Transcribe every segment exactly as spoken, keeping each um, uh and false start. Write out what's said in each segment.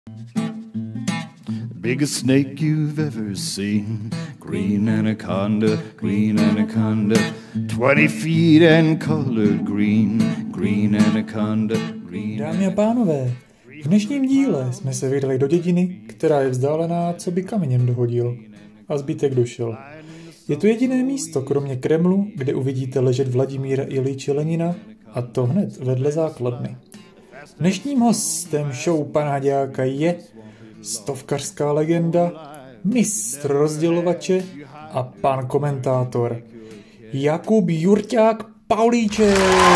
Biggest snake you've ever seen, green anaconda, green anaconda, twenty feet and colored green, green anaconda, green. Dámy a pánové, v dnešním díle jsme se vydali do dědiny, která je vzdálená, co by kamenem dohodil. A zbytek došel. Je to jediné místo, kromě Kremlu, kde uvidíte ležet Vladimíra Iljiče Lenina, a to hned vedle základny. Dnešním hostem show Panáďáka je stovkařská legenda, mistr rozdělovače a pan komentátor Jakub Jurťák Paulíček.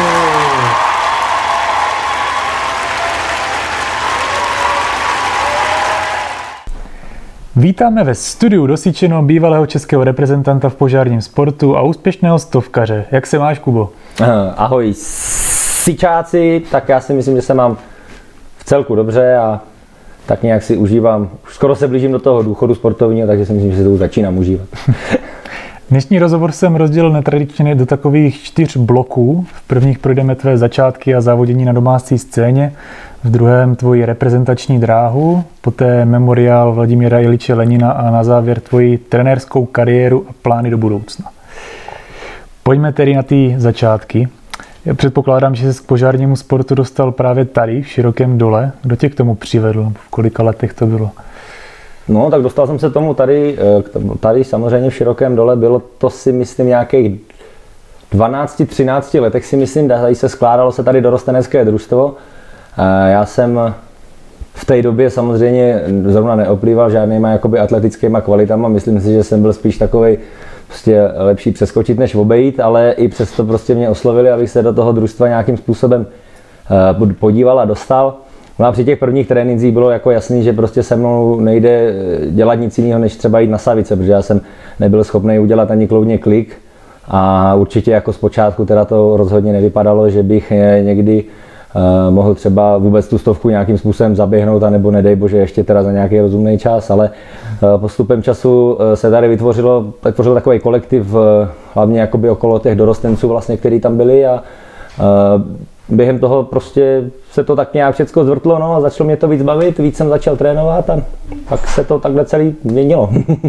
Vítáme ve studiu dosyčeno bývalého českého reprezentanta v požárním sportu a úspěšného stovkaře. Jak se máš, Kubo? Ahoj, sičáci, tak já si myslím, že se mám v celku dobře a tak nějak si užívám. Už skoro se blížím do toho důchodu sportovního, takže si myslím, že se to už začínám užívat. Dnešní rozhovor jsem rozdělil netradičně do takových čtyř bloků. V prvních projdeme tvé začátky a závodění na domácí scéně, v druhém tvoji reprezentační dráhu, poté memoriál Vladimíra Iljiče Lenina a na závěr tvoji trenérskou kariéru a plány do budoucna. Pojďme tedy na ty začátky. Já předpokládám, že jsi k požárnímu sportu dostal právě tady, v Širokém Dole. Kdo tě k tomu přivedl? V kolika letech to bylo? No, tak dostal jsem se tomu tady, tady samozřejmě v Širokém Dole. Bylo to, si myslím, nějakých dvanáct třináct letech, si myslím, tady se skládalo se tady dorostenecké družstvo. Já jsem v té době samozřejmě zrovna neoplýval žádnýma jakoby atletickýma kvalitama. Myslím si, že jsem byl spíš takovej prostě lepší přeskočit než obejít, ale i přesto prostě mě oslovili, abych se do toho družstva nějakým způsobem podíval a dostal. No a při těch prvních trénincích bylo jako jasný, že prostě se mnou nejde dělat nic jiného, než třeba jít na Savice, protože já jsem nebyl schopný udělat ani kloudně klik a určitě jako zpočátku teda to rozhodně nevypadalo, že bych někdy Uh, mohl třeba vůbec tu stovku nějakým způsobem zaběhnout, anebo nedej bože ještě teda za nějaký rozumný čas, ale uh, postupem času uh, se tady vytvořilo, vytvořil takový kolektiv, uh, hlavně jakoby okolo těch dorostenců vlastně, kteří tam byli a uh, během toho prostě se to tak nějak všechno zvrtlo, no a začalo mě to víc bavit, víc jsem začal trénovat a pak se to takhle celý měnilo.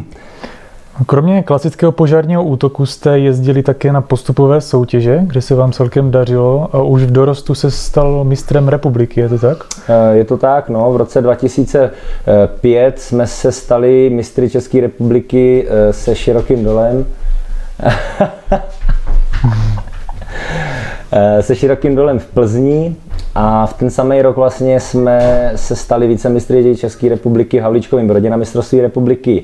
Kromě klasického požárního útoku jste jezdili také na postupové soutěže, kde se vám celkem dařilo a už v dorostu se stal mistrem republiky, je to tak? Je to tak, no. V roce dva tisíce pět jsme se stali mistry České republiky se Širokým Dolem. se Širokým Dolem v Plzni a v ten samý rok vlastně jsme se stali vicemistry České republiky v Havlíčkovém Brodě na mistrovství republiky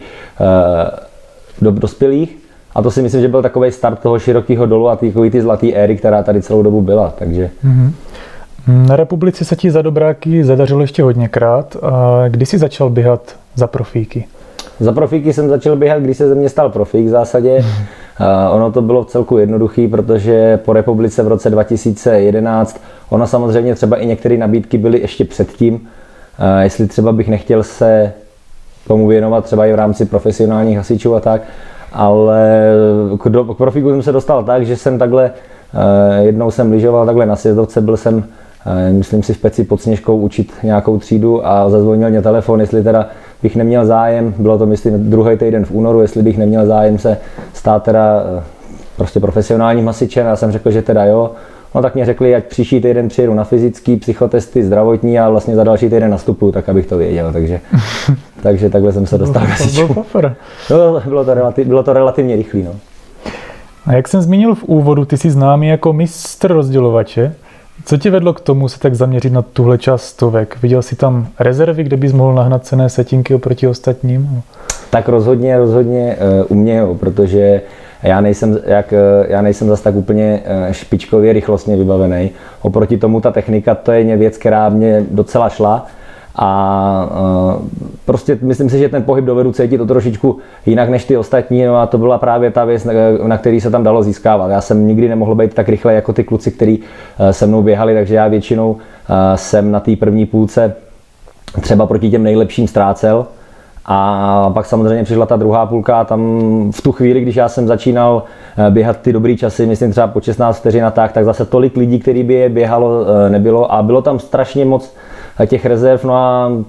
do dospělých a to si myslím, že byl takový start toho Širokého Dolu a takový ty zlatý éry, která tady celou dobu byla, takže. Mm-hmm. Na republice se ti za dobráky zadařilo ještě hodněkrát. A kdy jsi začal běhat za profíky? Za profíky jsem začal běhat, když se ze mě stal profík v zásadě. Mm-hmm. Uh, ono to bylo v celku jednoduchý, protože po republice v roce dva tisíce jedenáct, ono samozřejmě třeba i některé nabídky byly ještě předtím. Uh, jestli třeba bych nechtěl se tomu věnovat třeba i v rámci profesionálních hasičů a tak, ale k, do, k profíku jsem se dostal tak, že jsem takhle, eh, jednou jsem lyžoval takhle na sjezdovce, byl jsem, eh, myslím si, v Peci pod Sněžkou učit nějakou třídu a zazvonil mě telefon, jestli teda bych neměl zájem, bylo to myslím druhý týden v únoru, jestli bych neměl zájem se stát teda eh, prostě profesionálním hasičem, já jsem řekl, že teda jo. No tak mě řekli, ať příští týden přijedu na fyzický, psychotesty, zdravotní a vlastně za další týden nastupuju, tak abych to věděl, takže, takže takhle jsem se dostal k hasičům. No, bylo, to relativ, bylo to relativně rychlý. No. A jak jsem zmínil v úvodu, ty jsi známý jako mistr rozdělovače. Co tě vedlo k tomu se tak zaměřit na tuhle část stovek? Viděl jsi tam rezervy, kde bys mohl nahnat cenné setinky oproti ostatním? Tak rozhodně, rozhodně uh, u mě, jo, protože Já nejsem, jak, já nejsem zas tak úplně špičkově rychlostně vybavený. Oproti tomu ta technika, to je věc, která mě docela šla. A uh, prostě myslím si, že ten pohyb dovedu cítit o trošičku jinak než ty ostatní. No a to byla právě ta věc, na, na který se tam dalo získávat. Já jsem nikdy nemohl být tak rychle jako ty kluci, kteří uh, se mnou běhali, takže já většinou uh, jsem na té první půlce třeba proti těm nejlepším ztrácel. A pak samozřejmě přišla ta druhá půlka a tam v tu chvíli, když já jsem začínal běhat ty dobrý časy, myslím třeba po šestnáct vteřin a tak, tak zase tolik lidí, který by je běhalo, nebylo a bylo tam strašně moc těch rezerv, no a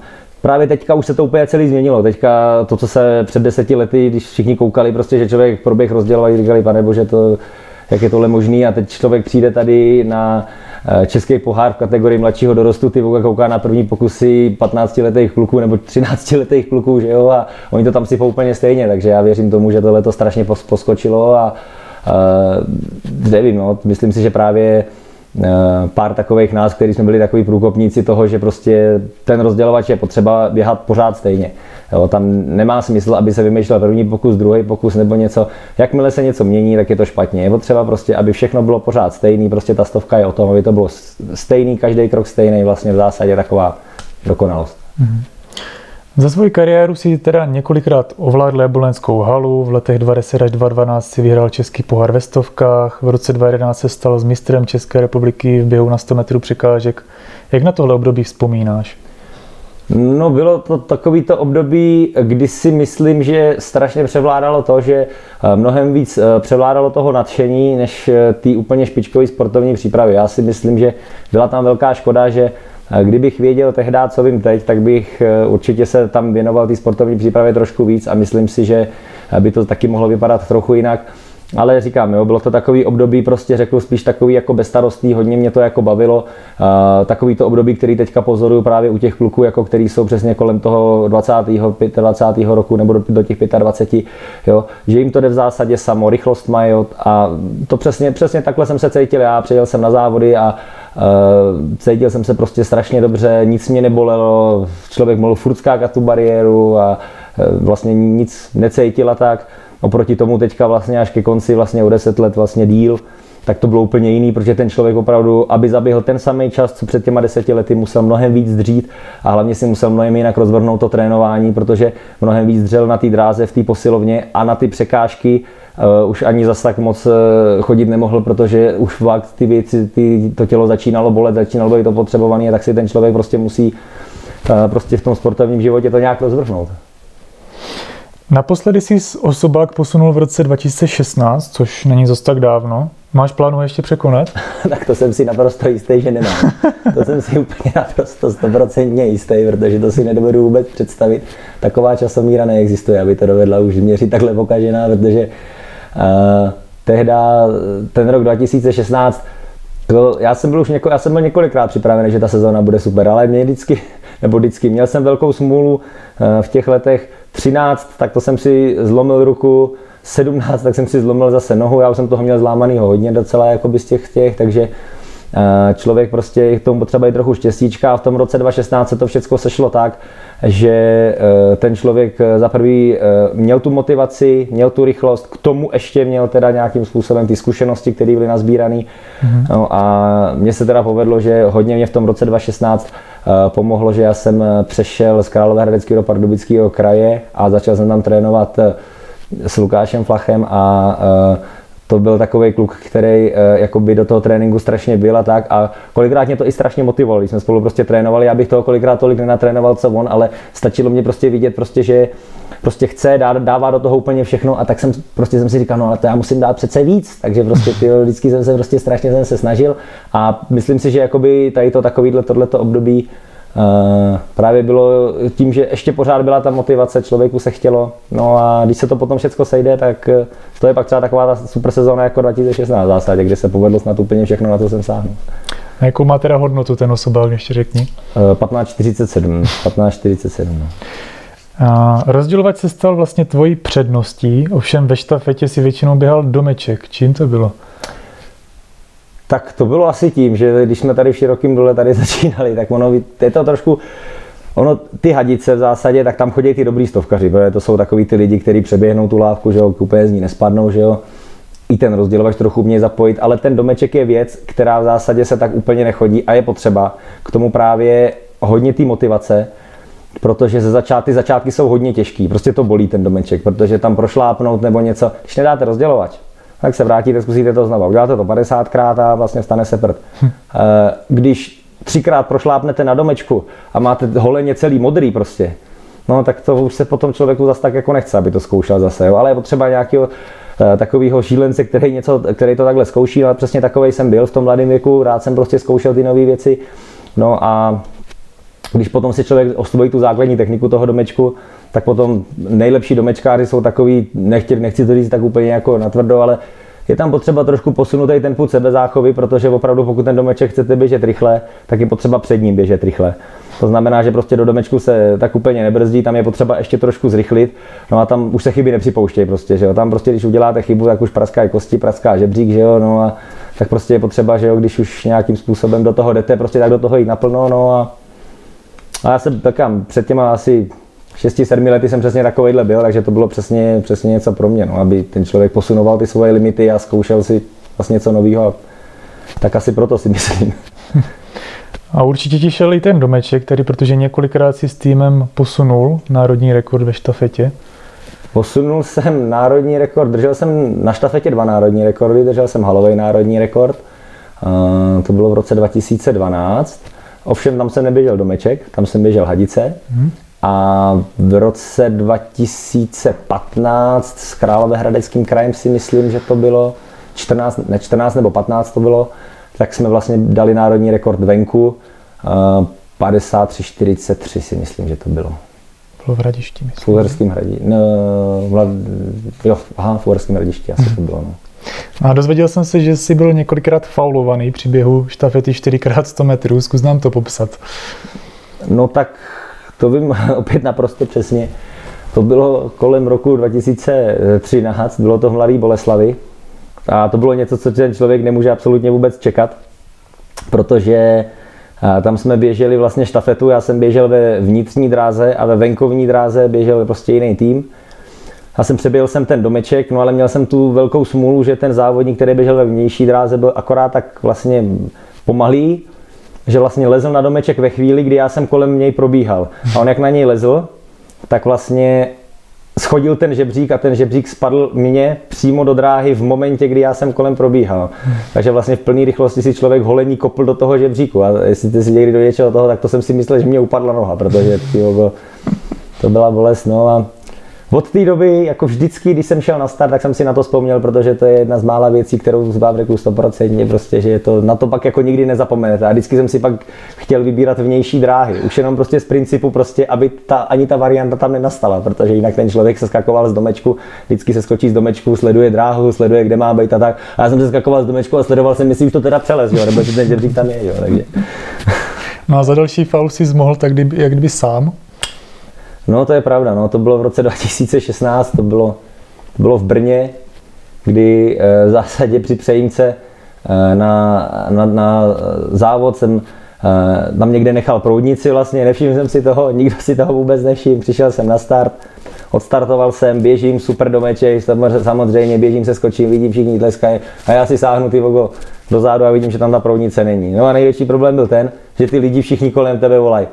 právě teďka už se to úplně celý změnilo. Teďka to, co se před deseti lety, když všichni koukali, prostě, že člověk proběh rozděloval, říkali, pane bože, to, jak je tohle možný, a teď člověk přijde tady na český pohár v kategorii mladšího dorostu, ty kouká na první pokusy patnáctiletých kluků nebo třináctiletých kluků, že jo, a oni to tam sypou úplně stejně, takže já věřím tomu, že tohle to strašně poskočilo a uh, nevím, no, myslím si, že právě pár takových nás, kteří jsme byli takový průkopníci toho, že prostě ten rozdělovač je potřeba běhat pořád stejně. Jo, tam nemá smysl, aby se vymýšlel první pokus, druhý pokus nebo něco. Jakmile se něco mění, tak je to špatně. Je potřeba prostě, aby všechno bylo pořád stejný, prostě ta stovka je o tom, aby to bylo stejný, každý krok stejný, vlastně v zásadě taková dokonalost. Mm-hmm. Za svou kariéru si teda několikrát ovládl Jabloňskou halu, v letech dva tisíce deset až dva tisíce dvanáct si vyhrál český pohár ve stovkách, v roce dva tisíce jedenáct se stal s mistrem České republiky v běhu na sto metrů překážek. Jak na tohle období vzpomínáš? No, bylo to takovýto období, kdy si myslím, že strašně převládalo to, že mnohem víc převládalo toho nadšení, než té úplně špičkové sportovní přípravy. Já si myslím, že byla tam velká škoda, že kdybych věděl tehdy, co vím teď, tak bych určitě se tam věnoval té sportovní přípravě trošku víc a myslím si, že by to taky mohlo vypadat trochu jinak. Ale říkám, jo, bylo to takový období, prostě řekl spíš takový jako bezstarostný, hodně mě to jako bavilo. Uh, takový to období, který teďka pozoruju právě u těch kluků, jako který jsou přesně kolem toho dvacátého, dvacátého pátého roku nebo do, do těch dvaceti pěti, jo, že jim to jde v zásadě samo, rychlost mají, jo, a to přesně, přesně takhle jsem se cítil. Já přijel jsem na závody a uh, cítil jsem se prostě strašně dobře, nic mě nebolelo, člověk mohl furt skákat tu bariéru a uh, vlastně nic necítil a tak. Oproti tomu teďka vlastně až ke konci vlastně o deset let vlastně díl, tak to bylo úplně jiný, protože ten člověk opravdu, aby zaběhl ten samý čas, co před těma deseti lety, musel mnohem víc dřít a hlavně si musel mnohem jinak rozvrhnout to trénování, protože mnohem víc dřel na té dráze v té posilovně a na ty překážky uh, už ani zas tak moc uh, chodit nemohl, protože už fakt ty věci, ty, to tělo začínalo bolet, začínalo být to potřebované, a tak si ten člověk prostě musí uh, prostě v tom sportovním životě to nějak rozvrhnout. Naposledy jsi osobák posunul v roce dva tisíce šestnáct, což není zas tak dávno. Máš plánu ještě překonat? Tak to jsem si naprosto jistý, že nemám. To jsem si úplně naprosto stoprocentně jistý, protože to si nedovedu vůbec představit. Taková časomíra neexistuje, aby to dovedla už měřit takhle pokažená, protože uh, tehda ten rok dva tisíce šestnáct, to, já jsem byl už něko, já jsem byl několikrát připravený, že ta sezóna bude super, ale mě vždycky, nebo vždycky, měl jsem velkou smůlu uh, v těch letech třináct, tak to jsem si zlomil ruku, sedmnáct, tak jsem si zlomil zase nohu, já už jsem toho měl zlámanýho hodně docela jakoby z těch těch, takže člověk prostě k tomu potřeba jít trochu štěstíčka a v tom roce dva tisíce šestnáct se to všechno sešlo tak, že ten člověk za prvý měl tu motivaci, měl tu rychlost, k tomu ještě měl teda nějakým způsobem ty zkušenosti, které byly nazbírané. Mm-hmm. No a mně se teda povedlo, že hodně mě v tom roce dva tisíce šestnáct pomohlo, že já jsem přešel z Královéhradeckého do Pardubického kraje a začal jsem tam trénovat s Lukášem Flachem a to byl takový kluk, který jakoby do toho tréninku strašně byl a tak, a kolikrát mě to i strašně motivovalo, když jsme spolu prostě trénovali, já bych toho kolikrát tolik nenatrénoval, co on, ale stačilo mě prostě vidět prostě, že prostě chce, dá, dává do toho úplně všechno, a tak jsem prostě jsem si říkal, no ale to já musím dát přece víc, takže prostě tyjo, vždycky jsem se prostě strašně jsem se snažil a myslím si, že jakoby tady to takovýhle tohleto období Uh, právě bylo tím, že ještě pořád byla ta motivace, člověku se chtělo, no a když se to potom všechno sejde, tak to je pak třeba taková ta super sezóna jako dva tisíce šestnáct v zásadě, kde se povedlo snad úplně všechno, na to jsem sáhnul. A jakou má teda hodnotu ten osobák, ještě řekni? Uh, patnáct čtyřicet sedm. patnáct čtyřicet sedm no. A rozdělovač se stal vlastně tvojí předností, ovšem ve štafetě si většinou běhal domeček. Čím to bylo? Tak to bylo asi tím, že když jsme tady v Širokém Dole tady začínali, tak ono je to trošku, ono ty hadice v zásadě, tak tam chodí ty dobrý stovkaři, protože to jsou takový ty lidi, kteří přeběhnou tu lávku, že jo, úplně z ní nespadnou, že jo. I ten rozdělovač trochu umějí zapojit, ale ten domeček je věc, která v zásadě se tak úplně nechodí a je potřeba k tomu právě hodně té motivace, protože ze začát, ty začátky jsou hodně těžký, prostě to bolí ten domeček, protože tam prošlápnout nebo něco, když nedáte rozdělovač, tak se vrátíte, zkusíte to znovu. Uděláte to padesátkrát a vlastně stane se prd. Hm. Když třikrát prošlápnete na domečku a máte holeně celý modrý prostě, no tak to už se potom člověku zase tak jako nechce, aby to zkoušel zase, jo. Ale je potřeba nějakého takového šílence, který, něco, který to takhle zkouší, ale přesně takovej jsem byl v tom mladém věku, rád jsem prostě zkoušel ty nové věci. No a když potom si člověk osvojí tu základní techniku toho domečku, tak potom nejlepší domečkáři jsou takový, nechci, nechci to říct tak úplně jako natvrdo, ale je tam potřeba trošku posunout i ten pud sebezáchovy, protože opravdu pokud ten domeček chcete běžet rychle, tak je potřeba před ním běžet rychle. To znamená, že prostě do domečku se tak úplně nebrzdí, tam je potřeba ještě trošku zrychlit, no a tam už se chyby nepřipouštějí prostě, že jo. Tam prostě, když uděláte chybu, tak už praská kosti, praská žebřík, že jo, no a tak prostě je potřeba, že jo, když už nějakým způsobem do toho jdete, prostě tak do toho jít naplno, no a, a já jsem takám před těma asi šesti sedmi lety jsem přesně takovejhle byl, takže to bylo přesně, přesně něco pro mě, no, aby ten člověk posunoval ty svoje limity a zkoušel si vlastně něco nového, tak asi proto si myslím. A určitě ti šel i ten domeček, který, protože několikrát si s týmem posunul národní rekord ve štafetě. Posunul jsem národní rekord, držel jsem na štafetě dva národní rekordy, držel jsem halový národní rekord, uh, to bylo v roce dva tisíce dvanáct, ovšem tam jsem neběžel domeček, tam jsem běžel hadice. Hmm. A v roce dva tisíce patnáct s Královéhradeckým krajem si myslím, že to bylo čtrnáct, ne čtrnáct nebo patnáct to bylo, tak jsme vlastně dali národní rekord venku, padesát tři čtyřicet tři si myslím, že to bylo. Bylo v Hradišti, myslím. V Uherském Hradišti, no, vlad, jo, aha, v Uherském Hradišti asi to bylo, no. A dozvěděl jsem se, že jsi byl několikrát faulovaný při běhu štafety čtyři krát sto metrů, zkus nám to popsat. No tak to vím opět naprosto přesně. To bylo kolem roku dva tisíce třináct, bylo to v Mladé Boleslavi. A to bylo něco, co ten člověk nemůže absolutně vůbec čekat, protože tam jsme běželi vlastně štafetu, já jsem běžel ve vnitřní dráze a ve venkovní dráze běžel prostě jiný tým. Já jsem přeběhl jsem ten domeček, no ale měl jsem tu velkou smůlu, že ten závodník, který běžel ve vnější dráze, byl akorát tak vlastně pomalý, že vlastně lezl na domeček ve chvíli, kdy já jsem kolem něj probíhal. A on jak na něj lezl, tak vlastně schodil ten žebřík a ten žebřík spadl mě přímo do dráhy v momentě, kdy já jsem kolem probíhal. Takže vlastně v plné rychlosti si člověk holení kopl do toho žebříku. A jestli ty si někdy do něčeho toho, tak to jsem si myslel, že mě upadla noha, protože tyjo, to byla bolest. No a od té doby, jako vždycky, když jsem šel na start, tak jsem si na to vzpomněl, protože to je jedna z mála věcí, kterou z vám řeknu sto procent, prostě, že je to, na to pak jako nikdy nezapomenete. A vždycky jsem si pak chtěl vybírat vnější dráhy. Už jenom prostě z principu, prostě, aby ta, ani ta varianta tam nenastala, protože jinak ten člověk se skakoval z domečku, vždycky se skočí z domečku, sleduje dráhu, sleduje, kde má být a tak. A já jsem se skakoval z domečku a sledoval jsem, jestli už to teda přelez, jo, nebo že ten žebřík tam je, jo, takže. No a za další faul si mohl tak kdyby, jak kdyby sám? No to je pravda, no, to bylo v roce dva tisíce šestnáct, to bylo, to bylo v Brně, kdy e, v zásadě při přejímce e, na, na, na závod jsem e, tam někde nechal proudnici vlastně, nevšiml jsem si toho, nikdo si toho vůbec nevšiml, přišel jsem na start, odstartoval jsem, běžím, super domeček, samozřejmě běžím se, skočím, vidím, všichni tleskají a já si sáhnu ty vogo do zádu a vidím, že tam ta proudnice není. No a největší problém byl ten, že ty lidi všichni kolem tebe volají.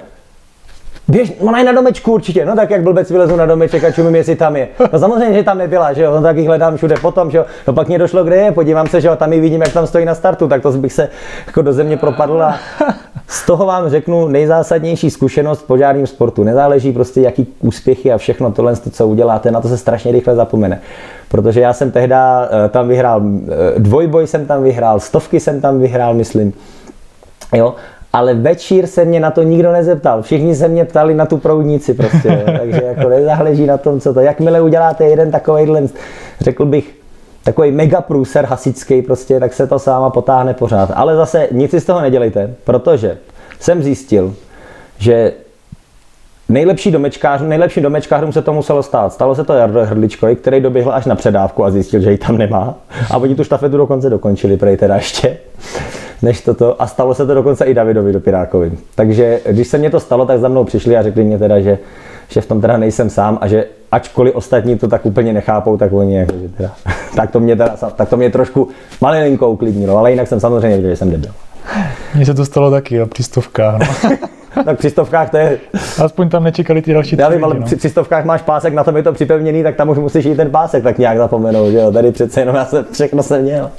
Běž, ona je na domečku určitě, no tak jak blbec vylezu na domeček a čumím, jestli tam je. No samozřejmě, že tam nebyla, že jo, no tak ji hledám všude potom, že jo, no pak mě došlo, kde je, podívám se, že jo, tam ji vidím, jak tam stojí na startu, tak to bych se jako do země propadl a z toho vám řeknu nejzásadnější zkušenost v požárním sportu. Nezáleží prostě, jaký úspěchy a všechno tohle, co uděláte, na to se strašně rychle zapomene. Protože já jsem tehda tam vyhrál, dvojboj jsem tam vyhrál, stovky jsem tam vyhrál, myslím, jo. Ale večír se mě na to nikdo nezeptal. Všichni se mě ptali na tu proudnici prostě, jo. Takže jako nezáleží na tom, co to. Jakmile uděláte jeden takovejhle, řekl bych, takový mega průser hasičský prostě, tak se to sáma potáhne pořád. Ale zase nic si z toho nedělejte, protože jsem zjistil, že nejlepší domečkářům, nejlepším domečkářům se to muselo stát. Stalo se to Jardo Hrdličkovi, který doběhl až na předávku a zjistil, že ji tam nemá. A oni tu štafetu dokonce dokončili, prej teda ještě. Než toto. A stalo se to dokonce i Davidovi Dopirákovi. Takže když se mě to stalo, tak za mnou přišli a řekli mě teda, že, že v tom teda nejsem sám a že ačkoliv ostatní to tak úplně nechápou, tak oni jako, že teda, tak to mě teda, tak to mě trošku malinko uklidnilo, ale jinak jsem samozřejmě viděl, že jsem debil. Mně se to stalo taky, a při stovkách, no. Tak při stovkách to je... Aspoň tam nečekali ty další tři. Já vím, ale no. při, při stovkách máš pásek, na tom je to připevněný, tak tam už musíš jít ten pásek tak nějak zapomenout, že jo. Tady přece jenom já se, všechno jsem měl.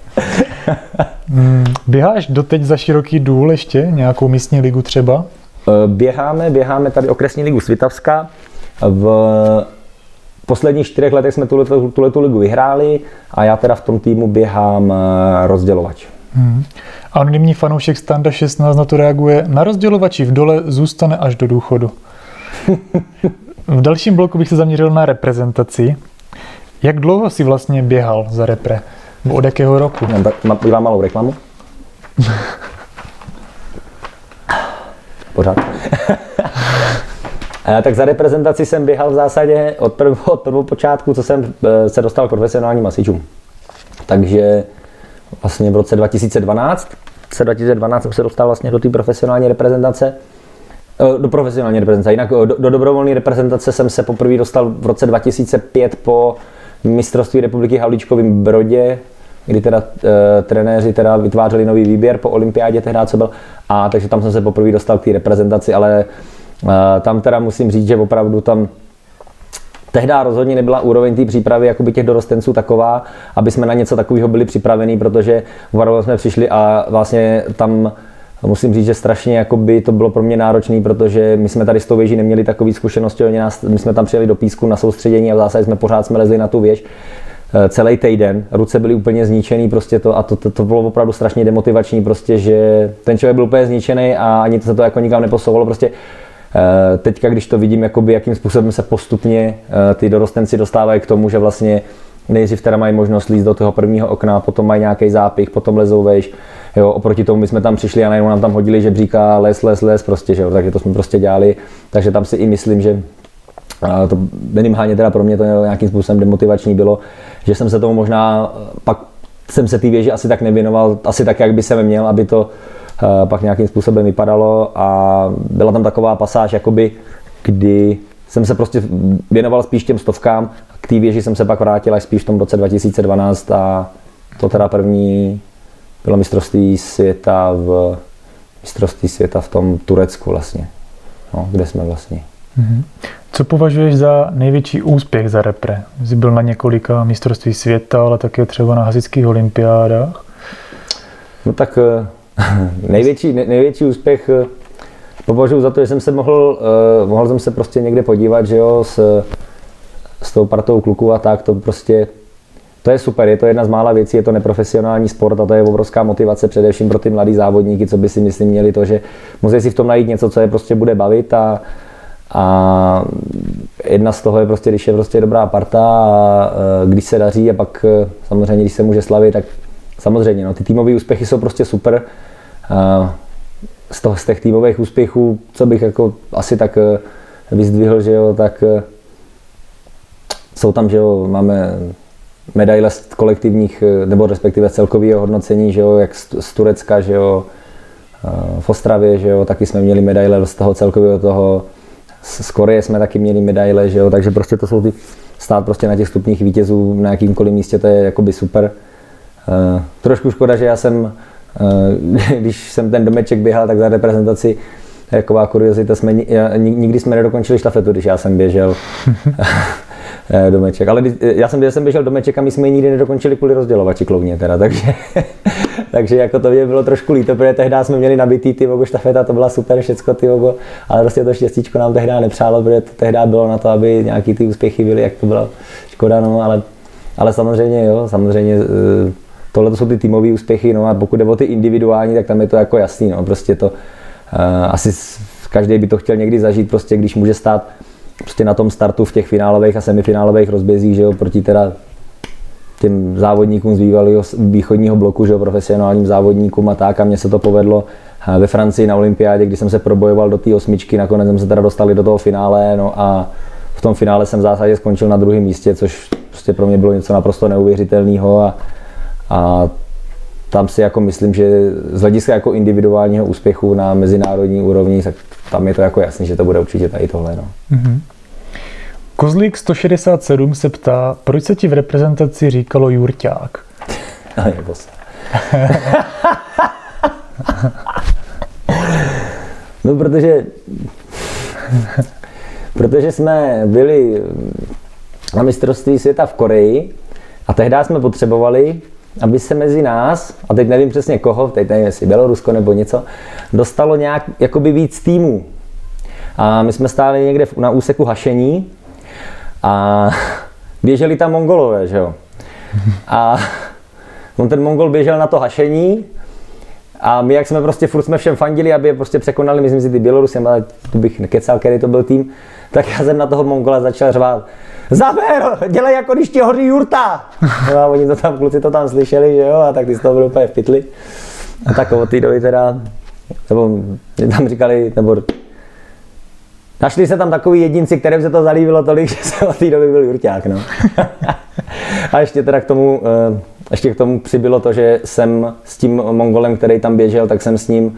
hmm, běháš doteď za Široký Důl ještě? Nějakou místní ligu třeba? Běháme, běháme tady okresní ligu Svitavska. V posledních čtyřech letech jsme tuhletu, tuhletu ligu vyhráli a já teda v tom týmu běhám rozdělovač. Hmm. Anonymní fanoušek Standa šestnáct na to reaguje: na rozdělovači v dole zůstane až do důchodu. V dalším bloku bych se zaměřil na reprezentaci. Jak dlouho jsi vlastně běhal za repre? Od jakého roku? Dělám malou reklamu. Pořád. Tak za reprezentaci jsem běhal v zásadě od, prv, od prvopočátku, co jsem se dostal k profesionálním hasičům. Takže vlastně v roce dva tisíce dvanáct, v roce dva tisíce dvanáct jsem se dostal vlastně do té profesionální reprezentace, do profesionální reprezentace. Jinak do, do dobrovolné reprezentace jsem se poprvé dostal v roce dva tisíce pět po mistrovství republiky v Havlíčkovém Brodě, kdy teda e, trenéři teda vytvářeli nový výběr po olympiádě tehdy, co byl, a takže tam jsem se poprvé dostal k té reprezentaci, ale e, tam teda musím říct, že opravdu tam tehdy rozhodně nebyla úroveň té přípravy jakoby těch dorostenců taková, aby jsme na něco takového byli připravení, protože v Varvolu jsme přišli a vlastně tam musím říct, že strašně jakoby to bylo pro mě náročné, protože my jsme tady s tou věží neměli takové zkušenosti, oni nás, my jsme tam přijeli do Písku na soustředění a v zásadě jsme pořád jsme lezli na tu věž celý týden, ruce byly úplně zničený prostě to a to, to, to bylo opravdu strašně demotivační prostě, že ten člověk byl úplně zničený a ani to se to jako nikam neposouvalo prostě. Teďka, když to vidím, jakoby, jakým způsobem se postupně ty dorostenci dostávají k tomu, že vlastně nejdřív teda mají možnost lízt do toho prvního okna, potom mají nějaký zápich, potom lezou vejš. Jo, oproti tomu my jsme tam přišli a najednou nám tam hodili žebříka, les, les, les, prostě, že jo, takže to jsme prostě dělali. Takže tam si i myslím, že to minimálně teda pro mě to nějakým způsobem demotivační bylo, že jsem se tomu možná, pak jsem se té věži asi tak nevěnoval, asi tak, jak by se měl, aby to pak nějakým způsobem vypadalo a byla tam taková pasáž, jakoby, kdy jsem se prostě věnoval spíš těm stovkám, k té věži jsem se pak vrátil až spíš v tom roce dva tisíce dvanáct a to teda první bylo mistrovství světa v mistrovství světa v tom Turecku vlastně, no, kde jsme vlastně. Mm-hmm. Co považuješ za největší úspěch za repre? Jsi byl na několika mistrovství světa, ale také třeba na hasičských olympiádách. No tak největší, největší úspěch považuji za to, že jsem se mohl, mohl jsem se prostě někde podívat, že jo, s, s tou partou kluků a tak, to prostě, to je super, je to jedna z mála věcí, je to neprofesionální sport a to je obrovská motivace především pro ty mladý závodníky, co by si myslím měli to, že musí si v tom najít něco, co je prostě bude bavit a, a jedna z toho je prostě, když je prostě dobrá parta a když se daří a pak samozřejmě, když se může slavit, tak samozřejmě, no, ty týmové úspěchy jsou prostě super. Z, toho, z těch týmových úspěchů, co bych jako asi tak vyzdvihl, že jo, tak jsou tam, že jo, máme medaile z kolektivních, nebo respektive celkového hodnocení, že jo, jak z Turecka, že jo, v Ostravě, že jo, taky jsme měli medaile z toho celkového toho, z Koreje jsme taky měli medaile, že jo, takže prostě to jsou ty stát prostě na těch stupních vítězů na jakýmkoliv místě, to je jakoby super. Uh, trošku škoda, že já jsem, uh, když jsem ten domeček běhal, tak za reprezentaci, taková kuriozita, jsme, já, nikdy jsme nedokončili štafetu, když já jsem běžel domeček. Ale já jsem, když jsem běžel domeček a my jsme ji nikdy nedokončili kvůli rozdělovači klovně teda, takže, takže jako to mě bylo trošku líto, protože tehdy jsme měli nabitý ty vogo štafeta, to byla super všecko ty vogo, ale prostě to štěstíčko nám tehdy nepřálo, protože to tehdy bylo na to, aby nějaký ty úspěchy byly, jak to bylo škoda, no, ale, ale samozřejmě jo, samozřejmě tohle to jsou ty týmové úspěchy, no a pokud jde o ty individuální, tak tam je to jako jasný, no, prostě to uh, asi každý by to chtěl někdy zažít, prostě když může stát prostě na tom startu v těch finálových a semifinálových rozbězích, že jo, proti teda těm závodníkům z bývalého východního bloku, že jo, profesionálním závodníkům a tak, a mně se to povedlo ve Francii na olympiádě, kdy jsem se probojoval do té osmičky, nakonec jsme se teda dostali do toho finále, no a v tom finále jsem v zásadě skončil na druhém místě, což prostě pro mě bylo něco naprosto neuvěřitelného a A tam si jako myslím, že z hlediska jako individuálního úspěchu na mezinárodní úrovni, tak tam je to jako jasný, že to bude určitě tady tohle. No. Mm-hmm. Kozlík sto šedesát sedm se ptá, proč se ti v reprezentaci říkalo Jurťák? No protože, protože jsme byli na mistrovství světa v Koreji a tehdy jsme potřebovali, aby se mezi nás, a teď nevím přesně koho, teď nevím, jestli Bělorusko nebo něco, dostalo nějak jakoby víc týmů. A my jsme stáli někde na úseku hašení a běželi tam Mongolové, že jo. A on ten Mongol běžel na to hašení A my, jak jsme prostě furt jsme všem fandili, aby je prostě překonali, myslím si ty Bělorusy, ale tu bych nekecal, který to byl tým, tak já jsem na toho Mongola začal řvát: Zaber, dělej jako když ti hoří jurta. No a oni to tam, kluci to tam slyšeli, že jo, a tak ty z toho byli úplně v pytli. A tak od té doby teda, nebo tam říkali, nebo našli se tam takový jedinci, kterým se to zalíbilo tolik, že se od té doby byl jurťák, no. A ještě teda k tomu, ještě k tomu přibylo to, že jsem s tím Mongolem, který tam běžel, tak jsem s ním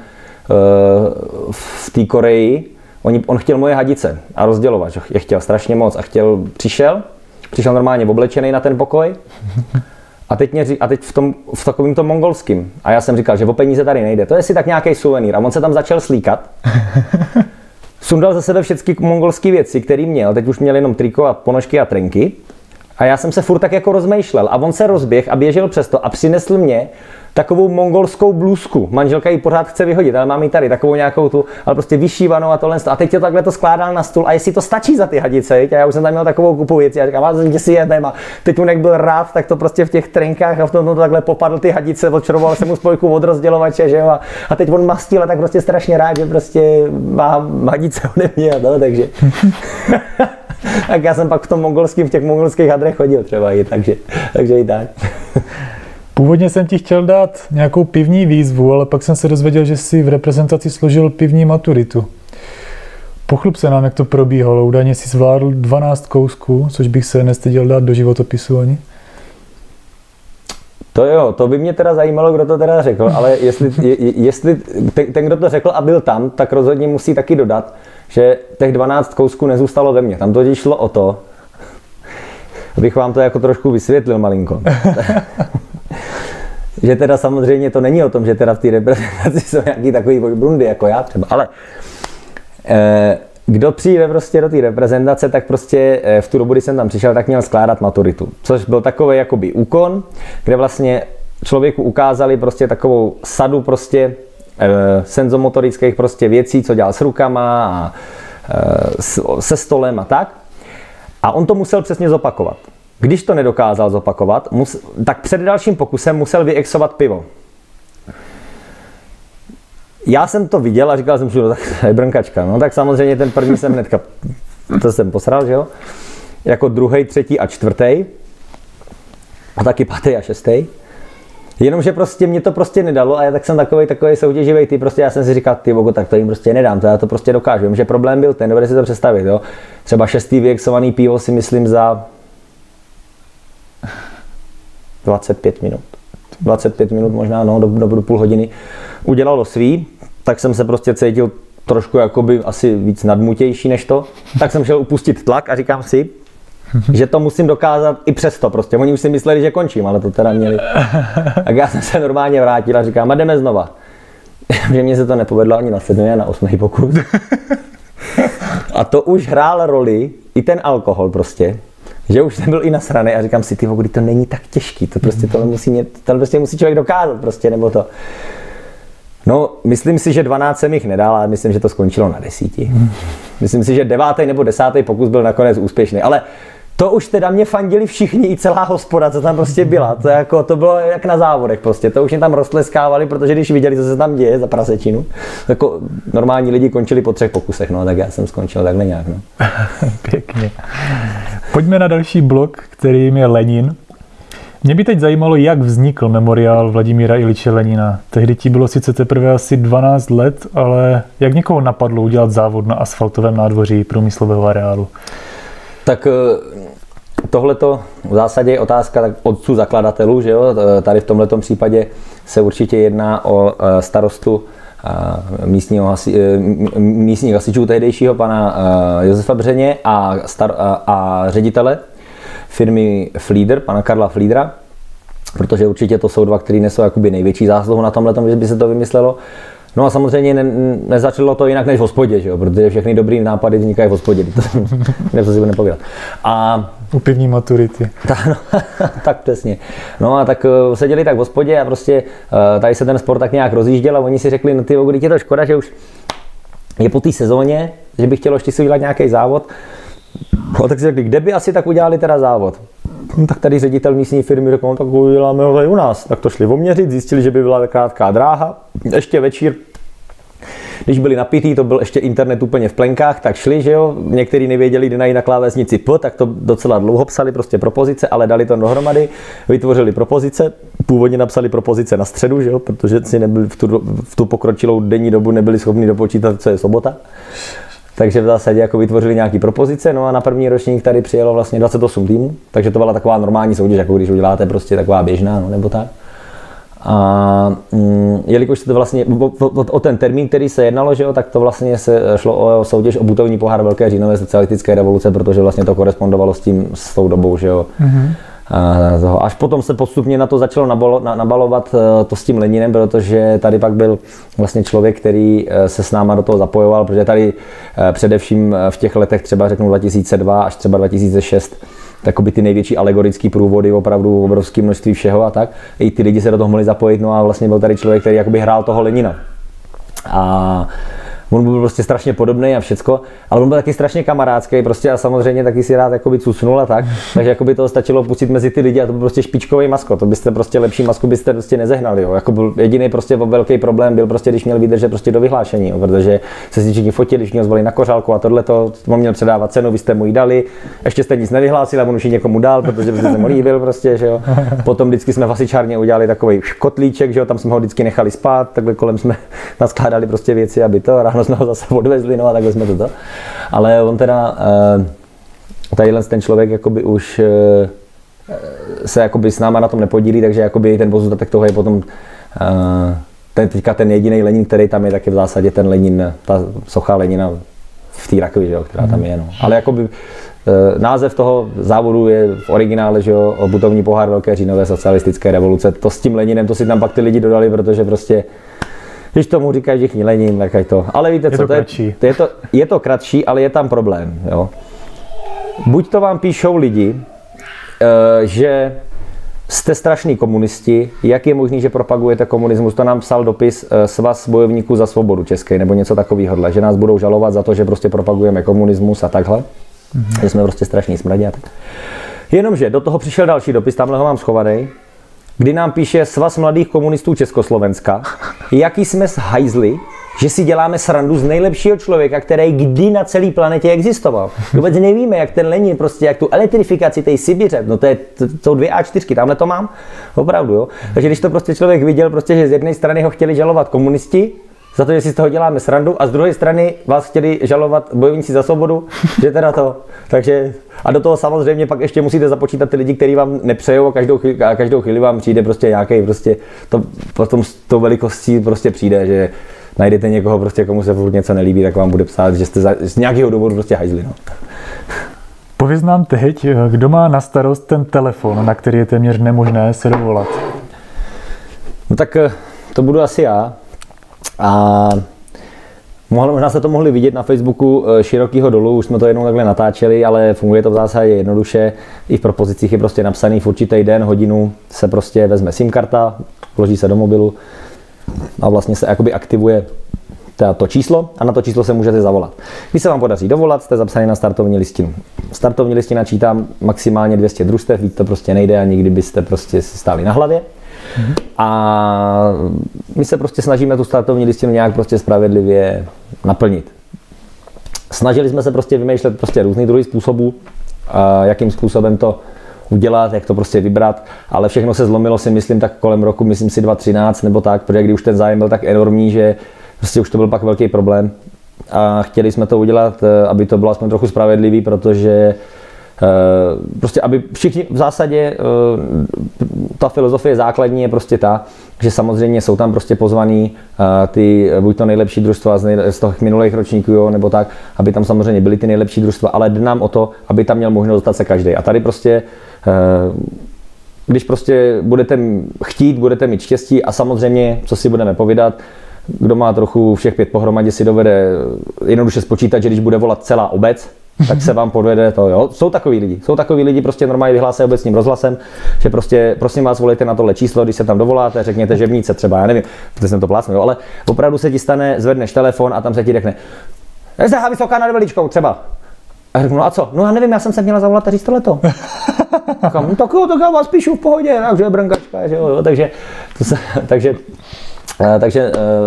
v té Koreji, On, on chtěl moje hadice a rozdělovat, je chtěl strašně moc a chtěl, přišel, přišel normálně oblečený na ten pokoj a teď, mě, a teď v, tom, v takovým tom mongolským. A já jsem říkal, že o peníze tady nejde, to je si tak nějaký suvenýr. A on se tam začal slíkat, sundal ze sebe všechny mongolské věci, které měl, teď už měl jenom triko a ponožky a trenky. A já jsem se furt tak jako rozmýšlel a on se rozběh a běžel přes to a přinesl mě takovou mongolskou blůzku. Manželka ji pořád chce vyhodit, ale mám ji tady, takovou nějakou tu, ale prostě vyšívanou a tohle. A teď to takhle to skládal na stůl a jestli to stačí za ty hadice, a já už jsem tam měl takovou kupu věcí a říkám, že si jedem a teď mu byl rád, tak to prostě v těch trenkách a v tom to takhle popadl ty hadice, odčaroval jsem mu spojku od rozdělovače, že jo, a, a teď on mastil a tak prostě strašně rád, že prostě má hadice ode mě a to, takže. Tak já jsem pak v tom mongolském, v těch mongolských hadrech chodil třeba i, takže, takže i tak. Původně jsem ti chtěl dát nějakou pivní výzvu, ale pak jsem se dozvěděl, že jsi v reprezentaci složil pivní maturitu. Pochlup se nám, jak to probíhalo. Údajně jsi zvládl dvanáct kousků, což bych se nestyděl dát do životopisu ani. To jo, to by mě teda zajímalo, kdo to teda řekl, ale jestli, je, jestli ten, ten, kdo to řekl a byl tam, tak rozhodně musí taky dodat, že těch dvanáct kousků nezůstalo ve mně. Tam totiž šlo o to, abych vám to jako trošku vysvětlil malinko. Že teda samozřejmě to není o tom, že teda v té reprezentaci jsou nějaký takový brundy jako já třeba, ale eh, kdo přijde prostě do té reprezentace, tak prostě eh, v tu dobu, kdy jsem tam přišel, tak měl skládat maturitu, což byl takový jakoby úkon, kde vlastně člověku ukázali prostě takovou sadu prostě eh, senzomotorických prostě věcí, co dělal s rukama a eh, se stolem a tak. A on to musel přesně zopakovat. Když to nedokázal zopakovat, mus, tak před dalším pokusem musel vyexovat pivo. Já jsem to viděl a říkal jsem si, no tak je brnkačka. No tak samozřejmě ten první jsem hnedka, to jsem posral, že jo? Jako druhý, třetí a čtvrtý. A taky pátý a šestý. Jenomže prostě mě to prostě nedalo a já tak jsem takovej, takovej soutěživej typ, prostě já jsem si říkal, ty bogo, tak to jim prostě nedám, to já to prostě dokážu. Vím, že problém byl ten, dovedete si to představit, jo? Třeba šestý vyexovaný pivo si myslím za dvacet pět minut. dvacet pět minut možná, no, do, do půl hodiny. Udělalo svý, tak jsem se prostě cítil trošku jakoby asi víc nadmutější než to. Tak jsem šel upustit tlak a říkám si, že to musím dokázat i přesto prostě. Oni už si mysleli, že končím, ale to teda měli. Tak já jsem se normálně vrátil a říkám, a jdeme znova. Že mně se to nepovedlo ani na sedmý a na osmý pokus. A to už hrál roli i ten alkohol prostě. Že už jsem byl i nasraný a říkám si, ty vogody, to není tak těžký, to prostě tohle musí, mě, tohle prostě musí člověk dokázat prostě, nebo to. No, myslím si, že dvanáct jsem jich nedal, ale myslím, že to skončilo na desíti. Myslím si, že devátý nebo desátý pokus byl nakonec úspěšný, ale to už teda mě fandili všichni, i celá hospoda, co tam prostě byla. To, jako, to bylo jak na závodech prostě, to už mě tam roztleskávali, protože když viděli, co se tam děje za prasečinu, jako normální lidi končili po třech pokusech, no, tak já jsem skončil takhle nějak, no. Pěkně. Pojďme na další blok, kterým je Lenin. Mě by teď zajímalo, jak vznikl memoriál Vladimíra Iliče Lenina. Tehdy ti bylo sice teprve asi dvanáct let, ale jak někoho napadlo udělat závod na asfaltovém nádvoří průmyslového areálu? Tak tohleto v zásadě je otázka otců zakladatelů, že jo? Tady v tomhletom případě se určitě jedná o starostu místního hasi, místních hasičů tehdejšího pana Josefa Břeně a, star, a, a ředitele firmy Flieder, pana Karla Fliedera, protože určitě to jsou dva, kteří nesou jakoby největší zásluhu na tomhletom, že by se to vymyslelo. No a samozřejmě ne, nezačalo to jinak než v hospodě, že jo? Protože všechny dobrý nápady vznikají v hospodě. To si bude nepovídat. A u pivní maturity. Ta, no, tak přesně. No a tak uh, seděli tak v hospodě a prostě uh, tady se ten sport tak nějak rozjížděl a oni si řekli, no ty vogody, je to škoda, že už je po té sezóně, že by chtělo ještě si udělat nějaký závod. No tak si řekli, kde by asi tak udělali teda závod? no, tak tady ředitel místní firmy řekl, no, tak uděláme ho tady u nás. Tak to šli oměřit, zjistili, že by byla krátká dráha, ještě večír. Když byli napitý, to byl ještě internet úplně v plenkách, tak šli, že jo, někteří nevěděli, kdy najít na klávesnici P, tak to docela dlouho psali prostě propozice, ale dali to dohromady, vytvořili propozice, původně napsali propozice na středu, že jo, protože si nebyli v tu, v tu pokročilou denní dobu nebyli schopni dopočítat, co je sobota. Takže v zásadě jako vytvořili nějaký propozice, no a na první ročník tady přijelo vlastně dvacet osm týmů, takže to byla taková normální soutěž, jako když uděláte prostě taková běžná, no, nebo tak. A mm, jelikož se to vlastně, o, o, o ten termín, který se jednalo, že jo, tak to vlastně se šlo o soutěž o butovní pohár Velké říjnové socialistické revoluce, protože vlastně to korespondovalo s tím, s tou dobou, že jo. Mm-hmm. A, až potom se postupně na to začalo nabalo, na, nabalovat to s tím Leninem, protože tady pak byl vlastně člověk, který se s náma do toho zapojoval, protože tady především v těch letech třeba řeknu dva tisíce dva až třeba dva tisíce šest takoby ty největší alegorické průvody, opravdu obrovské množství všeho a tak. I ty lidi se do toho mohli zapojit, no a vlastně byl tady člověk, který jakoby hrál toho Lenina. A on byl prostě strašně podobný a všecko, ale on byl taky strašně kamarádský prostě a samozřejmě taky si rád jakoby cucnul a tak, takže jakoby to stačilo pustit mezi ty lidi a to byl prostě špičkový masko, to byste prostě lepší masku byste prostě nezehnali, jo. Jako byl jediný prostě velký problém byl prostě, když měl vydržet prostě do vyhlášení, jo, protože se si všichni fotili, když mě zvali na kořálku a tohle to, on měl předávat cenu, vy jste mu ji dali, ještě jste nic nevyhlásil a on už ji někomu dal, protože se mu líbil prostě, že jo. Potom vždycky jsme v hasičárně udělali takový kotlíček, že jo, tam jsme ho vždycky nechali spát, takhle kolem jsme naskládali prostě věci, aby to ráno jsme ho zase odvezli, no a takhle jsme to. Ale on teda, tadyhle ten člověk jakoby už se jakoby s náma na tom nepodílí, takže jakoby ten pozůstatek toho je potom ten, teďka ten jediný Lenin, který tam je, tak je v zásadě ten Lenin, ta socha Lenina v té rakvi, že jo, která tam je. No. Ale jakoby název toho závodu je v originále, že jo, butovní pohár Velké říjnové socialistické revoluce. To s tím Leninem, to si tam pak ty lidi dodali, protože prostě když tomu říkají všichni Lenin, tak je to. Ale víte je co, to to je, to je, to, je to kratší, ale je tam problém. Jo. Buď to vám píšou lidi, že jste strašní komunisti, jak je možný, že propagujete komunismus, to nám psal dopis Svaz bojovníků za svobodu české, nebo něco takového, že nás budou žalovat za to, že prostě propagujeme komunismus a takhle, mm-hmm. že jsme prostě strašní smradí. Jenomže do toho přišel další dopis, tamhle ho mám schovaný, kdy nám píše Svaz mladých komunistů Československa, jaký jsme hajzli, že si děláme srandu z nejlepšího člověka, který kdy na celé planetě existoval. Vůbec nevíme, jak ten Lenin, prostě jak tu elektrifikaci té Sibiře, no to je to, to dvě á čtyři, tamhle to mám, opravdu, jo. Takže když to prostě člověk viděl, prostě, že z jedné strany ho chtěli žalovat komunisti, za to, že si z toho děláme srandu, a z druhé strany vás chtěli žalovat bojovníci za svobodu, že teda to, takže a do toho samozřejmě pak ještě musíte započítat ty lidi, kteří vám nepřejou a každou chvíli, a každou chvíli vám přijde prostě nějaký, prostě to potom s tou velikostí prostě přijde, že najdete někoho, prostě, komu se furt něco nelíbí, tak vám bude psát, že jste za, z nějakého důvodu prostě hajzli. No. Pověz nám teď, kdo má na starost ten telefon, na který je téměř nemožné se dovolat. No tak to budu asi já. A možná jste to mohli vidět na Facebooku Širokýho dolu, už jsme to jednou takhle natáčeli, ale funguje to v zásadě jednoduše. I v propozicích je prostě napsaný v určitý den, hodinu se prostě vezme SIM karta, vloží se do mobilu a vlastně se jakoby aktivuje to číslo a na to číslo se můžete zavolat. Když se vám podaří dovolat, jste zapsaný na startovní listinu. Startovní listina čítá maximálně dvě stě družstev, víc to prostě nejde a nikdy byste prostě si stáli na hlavě. Mm-hmm. A my se prostě snažíme tu startovní listinu nějak prostě spravedlivě naplnit. Snažili jsme se prostě vymýšlet prostě různý druhý způsobů, jakým způsobem to udělat, jak to prostě vybrat, ale všechno se zlomilo si myslím tak kolem roku, myslím si dva tisíce třináct nebo tak, protože když už ten zájem byl tak enormní, že prostě už to byl pak velký problém a chtěli jsme to udělat, aby to bylo aspoň trochu spravedlivý, protože prostě aby všichni v zásadě ta filozofie základní je prostě ta, že samozřejmě jsou tam prostě pozvaný ty buď to nejlepší družstva z, nej, z těch minulých ročníků, jo, nebo tak, aby tam samozřejmě byly ty nejlepší družstva, ale jde nám o to, aby tam měl možnost dostat se každý. A tady prostě když prostě budete chtít, budete mít štěstí a samozřejmě, co si budeme povídat, kdo má trochu všech pět pohromadě, si dovede jednoduše spočítat, že když bude volat celá obec, tak se vám podvede to, jo. Jsou takový lidi, jsou takový lidi, prostě normálně vyhlásí obecním rozhlasem, že prostě prosím vás volejte na tohle číslo, když se tam dovoláte, řekněte Žebnice třeba, já nevím, protože jsem to plácnul, jo, ale opravdu se ti stane, zvedneš telefon a tam se ti řekne S D H Vysoká nad Veličkou třeba. A řeknu, no a co? No já nevím, já jsem se měla zavolat a říct tohleto. Říkám, no, tak jo, tak já vás píšu v pohodě, takže brnkačka, že jo, takže, to se, takže, takže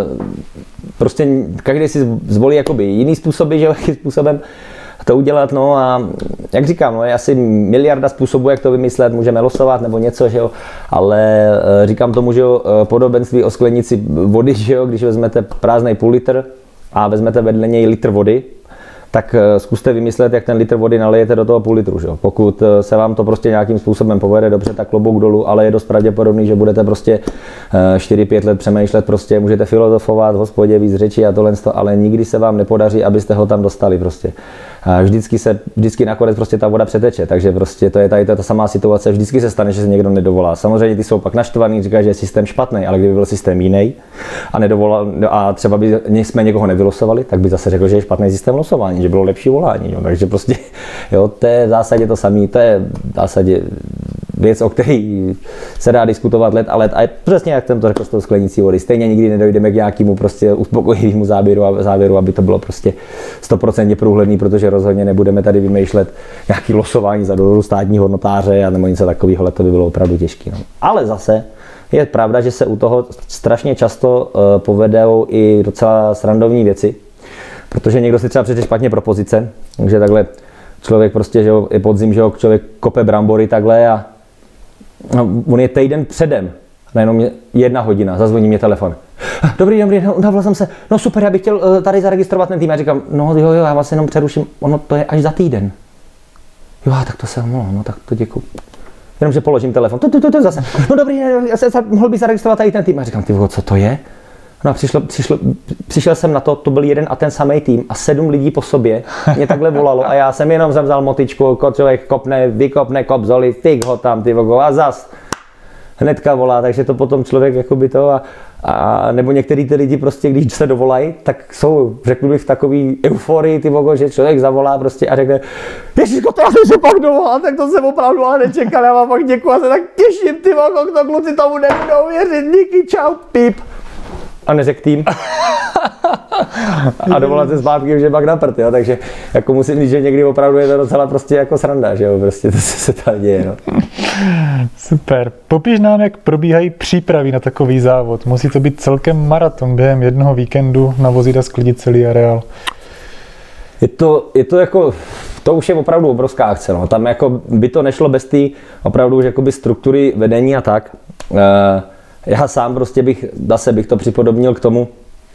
prostě každý si zvolí jakoby jiný způsoby, že jo, jakým způsobem to udělat, no a jak říkám, no je asi miliarda způsobů, jak to vymyslet, můžeme losovat nebo něco, že jo, ale říkám tomu, že jo, podobenství o sklenici vody, že jo, když vezmete prázdnej půl litr a vezmete vedle něj litr vody, tak zkuste vymyslet, jak ten litr vody nalijete do toho půl litru, že jo. Pokud se vám to prostě nějakým způsobem povede dobře, tak klobouk dolů, ale je dost pravděpodobný, že budete prostě čtyři pět let přemýšlet, prostě můžete filozofovat v hospodě, víc řečí a tohle, ale nikdy se vám nepodaří, abyste ho tam dostali prostě. A vždycky se, vždycky nakonec prostě ta voda přeteče, takže prostě to je tady ta samá situace, vždycky se stane, že se někdo nedovolá. Samozřejmě ty jsou pak naštvaný, říkají, že je systém špatný, ale kdyby byl systém jiný a nedovolal, a třeba by jsme někoho nevylosovali, tak by zase řekl, že je špatný systém losování, že bylo lepší volání, jo. Takže prostě, jo, to je v zásadě to samé, to je v zásadě věc, o který se dá diskutovat let a let a je přesně jak jsem to řekl s tou sklenicí vody. Stejně nikdy nedojdeme k nějakému prostě uspokojivému závěru, a závěru, aby to bylo prostě sto procent průhledný, protože rozhodně nebudeme tady vymýšlet nějaký losování za dohodu státního notáře a nebo něco takového, ale to by bylo opravdu těžké. No. Ale zase je pravda, že se u toho strašně často uh, povedou i docela srandovní věci, protože někdo si třeba přečte špatně propozice, takže takhle člověk prostě, že jo, je podzim, že jo, člověk kope brambory takhle a no, on je týden předem, najednou mě jedna hodina, zazvoní mě telefon. Dobrý, dobrý, unavil jsem se, no super, já bych chtěl uh, tady zaregistrovat ten tým. Já říkám, no jo, jo, já vás jenom přeruším, ono to je až za týden. Jo, tak to se omlouvám, no tak to děkuju. Jenomže položím telefon, to, to, to, to zase, no dobrý, já se mohl bych zaregistrovat tady ten tým. Já říkám, ty co to je? No a přišlo, přišlo, přišel jsem na to, to byl jeden a ten samý tým a sedm lidí po sobě mě takhle volalo a já jsem jenom vzal motičku, člověk kopne, vykopne kop zoli, fik ho tam, ty vogo, a zas hnedka volá, takže to potom člověk jakoby to a, a nebo některý ty lidi prostě, když se dovolají, tak jsou, řekl bych, v takový euforii, ty vogo, že člověk zavolá prostě a řekne, ježiško, to já jsem se pak dovolal, tak to jsem opravdu ale nečekal, já vám pak děkuji, já se tak těším, ty vogo, to kluci tomu nebudou věřit, díky, čau, píp. A neřekl tým. A dovolat se zpátky, že pak na prd, jo, takže jako musím říct, že někdy opravdu je to docela prostě jako sranda, že jo, prostě to se tady děje, no. Super. Popiš nám, jak probíhají přípravy na takový závod. Musí to být celkem maraton během jednoho víkendu navozit a sklidit celý areál. Je to, je to jako, to už je opravdu obrovská akce, no. Tam jako by to nešlo bez té opravdu už jakoby struktury vedení a tak. E, Já sám prostě bych, zase bych to připodobnil k tomu,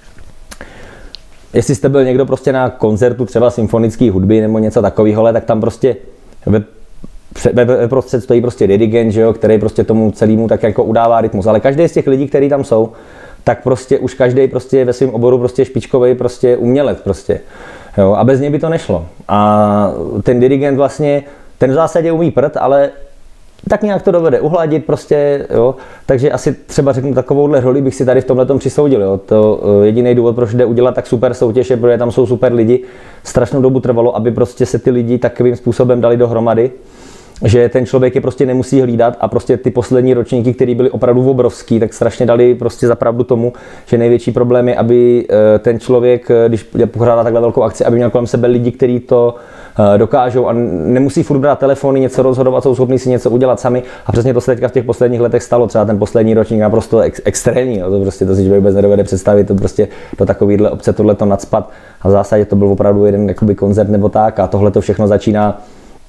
jestli jste byl někdo prostě na koncertu třeba symfonické hudby nebo něco takového, tak tam prostě ve, ve, ve prostřed stojí prostě dirigent, že jo, který prostě tomu celému tak jako udává rytmus. Ale každý z těch lidí, kteří tam jsou, tak prostě už každý prostě ve svém oboru prostě špičkový prostě umělec prostě. Jo, a bez něj by to nešlo. A ten dirigent vlastně, ten v zásadě umí prd, ale tak nějak to dovede uhladit prostě, jo. Takže asi třeba řeknu takovouhle roli bych si tady v tomhletom přisoudil, jo. To jediný důvod, proč jde udělat tak super soutěž, je, protože tam jsou super lidi. Strašnou dobu trvalo, aby prostě se ty lidi takovým způsobem dali dohromady, že ten člověk je prostě nemusí hlídat a prostě ty poslední ročníky, které byly opravdu obrovský, tak strašně dali prostě zapravdu tomu, že největší problém je, aby ten člověk, když pořádá takhle velkou akci, aby měl kolem sebe lidi, kteří to dokážou a nemusí furt brát telefony, něco rozhodovat, jsou schopní si něco udělat sami a přesně to se teďka v těch posledních letech stalo, třeba ten poslední ročník naprosto ex- extrémní, jo. To prostě to si člověk vůbec nedovede představit, to prostě do takovýhle obce tohleto nacpat a v zásadě to byl opravdu jeden jakoby koncert nebo tak a tohle to všechno začíná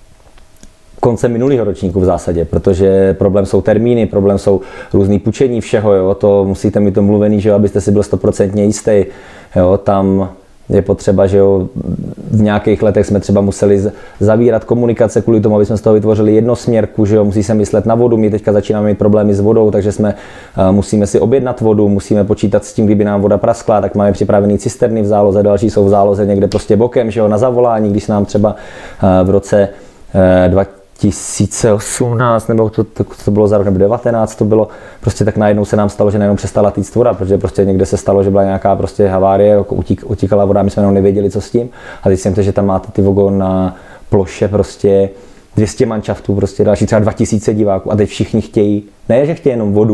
koncem minulého ročníku v zásadě, protože problém jsou termíny, problém jsou různý půjčení všeho, jo, to musíte mít to mluvený, že jo, abyste si byl stoprocentně jistý, jo, tam je potřeba, že jo, v nějakých letech jsme třeba museli zavírat komunikace kvůli tomu, aby jsme z toho vytvořili jednosměrku, že jo, musí se myslet na vodu, my teďka začínáme mít problémy s vodou, takže jsme, uh, musíme si objednat vodu, musíme počítat s tím, kdyby nám voda praskla, tak máme připravený cisterny v záloze, další jsou v záloze někde prostě bokem, že jo, na zavolání, když nám třeba uh, v roce uh, dva tisíce osmnáct nebo to, to, to bylo za rok nebo devatenáct to bylo, prostě tak najednou se nám stalo, že najednou přestala týct voda, protože prostě někde se stalo, že byla nějaká prostě havárie, jako utík, utíkala voda, my jsme jenom nevěděli, co s tím. A teď si myslím, že tam máte ty vogo na ploše prostě dvě stě manšaftů, prostě další třeba dva tisíce diváků a teď všichni chtějí, ne, že chtějí jenom vodu,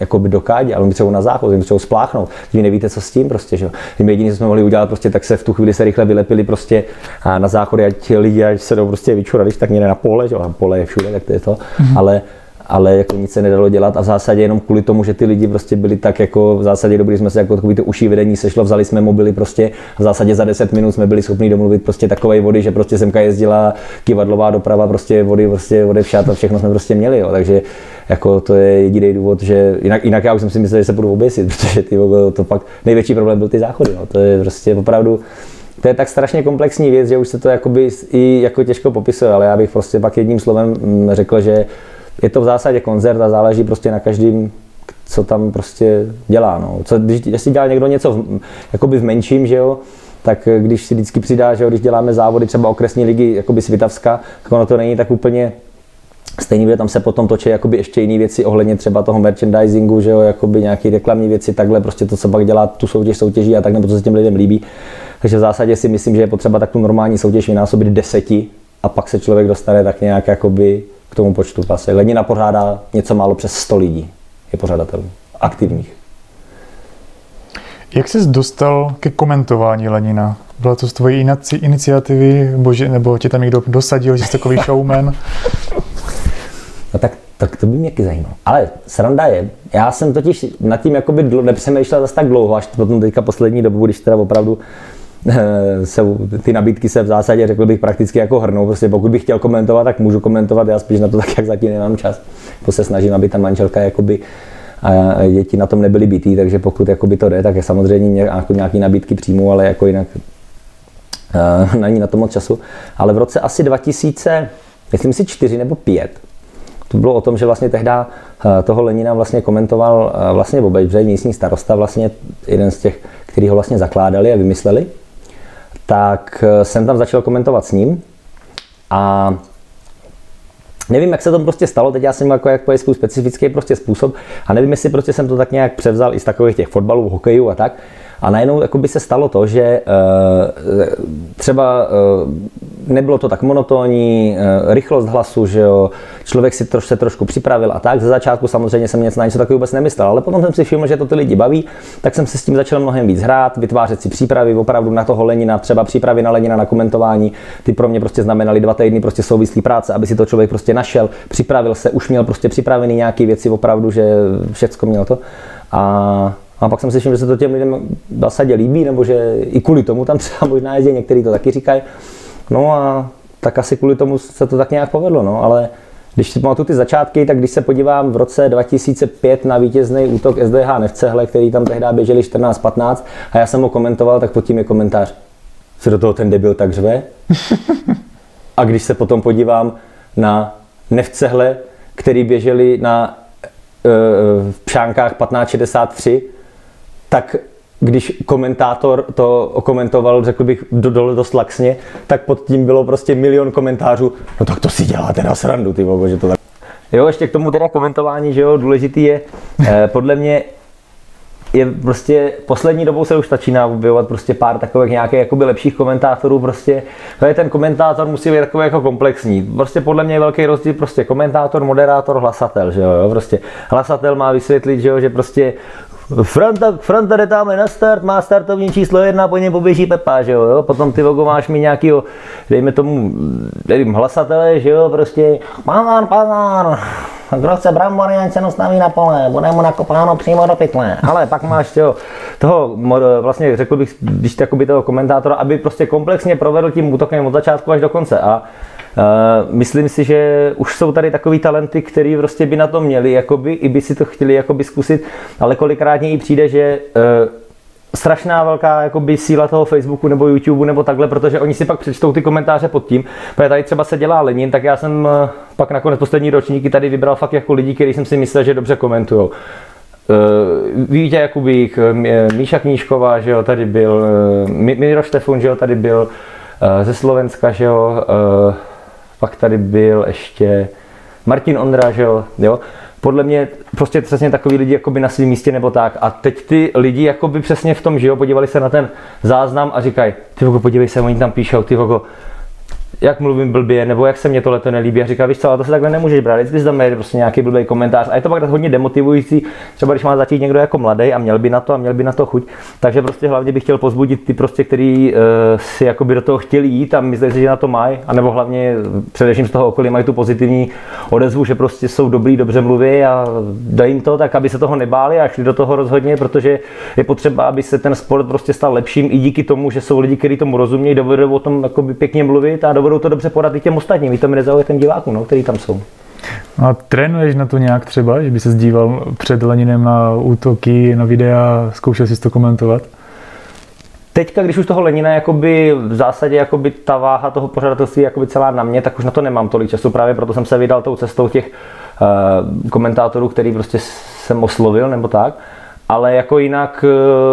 jakoby do kádě, ale oni třeba na záchod, oni třeba spláchnout. Vy nevíte, co s tím prostě, že jo. My jediné, co jsme mohli udělat, prostě, tak se v tu chvíli se rychle vylepili prostě a na záchody, ať lidi ať se jdou prostě vyčurat, když tak někde na pole, že jo, na pole je všude, tak to je to, mm-hmm. ale ale jako nic se nedalo dělat a v zásadě jenom kvůli tomu, že ty lidi prostě byli tak jako v zásadě dobrý, jsme se jako takový to uší vedení sešlo, vzali jsme mobily prostě a v zásadě za deset minut jsme byli schopni domluvit prostě takové vody, že prostě semka jezdila kivadlová doprava, prostě vody, prostě vody všat a všechno jsme prostě měli, jo. Takže jako to je jediný důvod, že jinak, jinak já už jsem si myslel, že se budu oběsit, protože ty, to pak největší problém byl ty záchody, jo. To je prostě opravdu to je tak strašně komplexní věc, že už se to jakoby i jako těžko popisuje, ale já bych prostě pak jedním slovem řekl, že je to v zásadě koncert a záleží prostě na každém, co tam prostě dělá. No. Co, když, jestli dělá někdo něco v, jakoby v menším, že jo, tak když si vždycky přidá, že jo, když děláme závody třeba okresní ligy jakoby Svitavska, tak ono to není tak úplně stejný, protože tam se potom točí jakoby ještě jiné věci ohledně třeba toho merchandisingu, že jo, jakoby nějaké reklamní věci, takhle prostě to, co pak dělá tu soutěž soutěží a tak, nebo co se těm lidem líbí. Takže v zásadě si myslím, že je potřeba tak tu normální soutěž vynásobit deseti a pak se člověk dostane tak nějak jakoby k tomu počtu. Vlastně Lenina pořádá něco málo přes sto lidí, je pořadatelů, aktivních. Jak jsi dostal ke komentování Lenina? Byla to z tvojí iniciativy, bože, nebo tě tam někdo dosadil, že jsi takový showman? No tak, tak to by mě taky zajímalo. Ale sranda je, já jsem totiž nad tím jakoby nepřemýšlel zase tak dlouho, až potom teďka poslední dobu, když teda opravdu se, ty nabídky se v zásadě, řekl bych, prakticky jako hrnou. Prostě pokud bych chtěl komentovat, tak můžu komentovat, já spíš na to tak, jak zatím nemám čas. Jako se snažím, aby ta manželka jakoby, a děti na tom nebyly bitý, takže pokud jakoby to jde, tak je samozřejmě nějaký nabídky přijmu, ale jako jinak uh, není na to moc času. Ale v roce asi dva tisíce, myslím si čtyři nebo pět, to bylo o tom, že vlastně tehda toho Lenina vlastně komentoval vlastně Bobej, místní starosta, vlastně jeden z těch, kteří ho vlastně zakládali a vymysleli. Tak jsem tam začal komentovat s ním a nevím, jak se to prostě stalo, teď já jsem jako jak pojistku specifický prostě způsob a nevím, jestli prostě jsem to tak nějak převzal i z takových těch fotbalů, hokejů a tak. A najednou jako by se stalo to, že uh, třeba uh, nebylo to tak monotónní, uh, rychlost hlasu, že jo, člověk si troš, se trošku připravil a tak. Ze začátku samozřejmě jsem něco na něco takového vůbec nemyslel, ale potom jsem si všiml, že to ty lidi baví, tak jsem se s tím začal mnohem víc hrát, vytvářet si přípravy opravdu na toho Lenina, třeba přípravy na Lenina na komentování. Ty pro mě prostě znamenaly dva týdny prostě souvislý práce, aby si to člověk prostě našel, připravil se, už měl prostě připravený nějaké věci opravdu, že všecko měl to. A A pak jsem si všiml, že se to těm lidem v zásadě líbí, nebo že i kvůli tomu tam třeba možná jezdí, někteří to taky říkají. No a tak asi kvůli tomu se to tak nějak povedlo, no, ale když si pamatuju ty začátky, tak když se podívám v roce dva tisíce pět na vítězný útok S D H Nevcehle, který tam tehdy běželi čtrnáct patnáct a já jsem ho komentoval, tak pod tím je komentář, co do toho ten debil tak řve. A když se potom podívám na Nevcehle, který běželi na v Pšánkách patnáct šedesát tři, tak když komentátor to komentoval, řekl bych, dole dost laxně, tak pod tím bylo prostě milion komentářů, no tak to si děláte na srandu, ty vogo, že to tak... Jo, ještě k tomu teda komentování, že jo, důležitý je, eh, podle mě je prostě, poslední dobou se už začíná objevovat prostě pár takových nějakých jakoby lepších komentátorů, prostě, to je ten komentátor musí být takový jako komplexní, prostě podle mě je velký rozdíl prostě komentátor, moderátor, hlasatel, že jo, jo, prostě hlasatel má vysvětlit, že jo, že prostě Franta, Franta jde tamhle na start, má startovní číslo jedna, po něm poběží Pepa, že jo, jo? Potom ty vogo máš mi nějakýho, dejme tomu, nevím, hlasatele, že jo, prostě pán, pán, kdo chce brambory, ať se nastaví na pole, bude mu nakopáno přímo do pytle, ale pak máš jo, toho, vlastně řekl bych, když takoby toho komentátora, aby prostě komplexně provedl tím útokem od začátku až do konce a Uh, myslím si, že už jsou tady takový talenty, který prostě by na to měli, jakoby, i by si to chtěli jakoby zkusit, ale kolikrát mě i přijde, že uh, strašná velká jakoby síla toho Facebooku nebo YouTube nebo takhle, protože oni si pak přečtou ty komentáře pod tím, protože tady třeba se dělá Lenin, tak já jsem uh, pak nakonec poslední ročníky tady vybral fakt jako lidi, který jsem si myslel, že dobře komentujou. Uh, Vítě Jakubík, Míša Knížková, že jo, tady byl, uh, Miro Štefun, že jo, tady byl, uh, ze Slovenska, že jo, uh, pak tady byl ještě Martin Ondra, že jo, jo. Podle mě prostě přesně takový lidi jakoby na svém místě nebo tak. A teď ty lidi jakoby přesně v tom, že jo, podívali se na ten záznam a říkají, ty vogo, podívej se, oni tam píšou, ty vogo, jak mluvím blbě, nebo jak se mě tohle to nelíbí. A říká, víš co, ale to se takhle nemůžeš brát, vždycky si tam je prostě nějaký blbý komentář. A je to pak hodně demotivující, třeba když má začít někdo jako mladý a měl by na to a měl by na to chuť. Takže prostě hlavně bych chtěl pozbudit ty prostě, který uh, si jakoby do toho chtěli jít a myslí si, že na to mají, anebo hlavně především z toho okolí mají tu pozitivní odezvu, že prostě jsou dobrý, dobře mluví a dají jim to, tak aby se toho nebáli a šli do toho rozhodně, protože je potřeba, aby se ten sport prostě stal lepším i díky tomu, že jsou lidi, kteří tomu rozumějí, dovedou o tom jakoby pěkně mluvit a dovedou to dobře podat i těm ostatním, i to mi nezaujme těm divákům, no, který tam jsou. A trénuješ na to nějak třeba, že by se zdíval před Leninem na útoky, na videa, zkoušel jsi to komentovat? Teďka, když už toho Lenina jakoby v zásadě jakoby ta váha toho pořadatelství jakoby celá na mě, tak už na to nemám tolik času, právě proto jsem se vydal tou cestou těch uh, komentátorů, který prostě jsem oslovil nebo tak. Ale jako jinak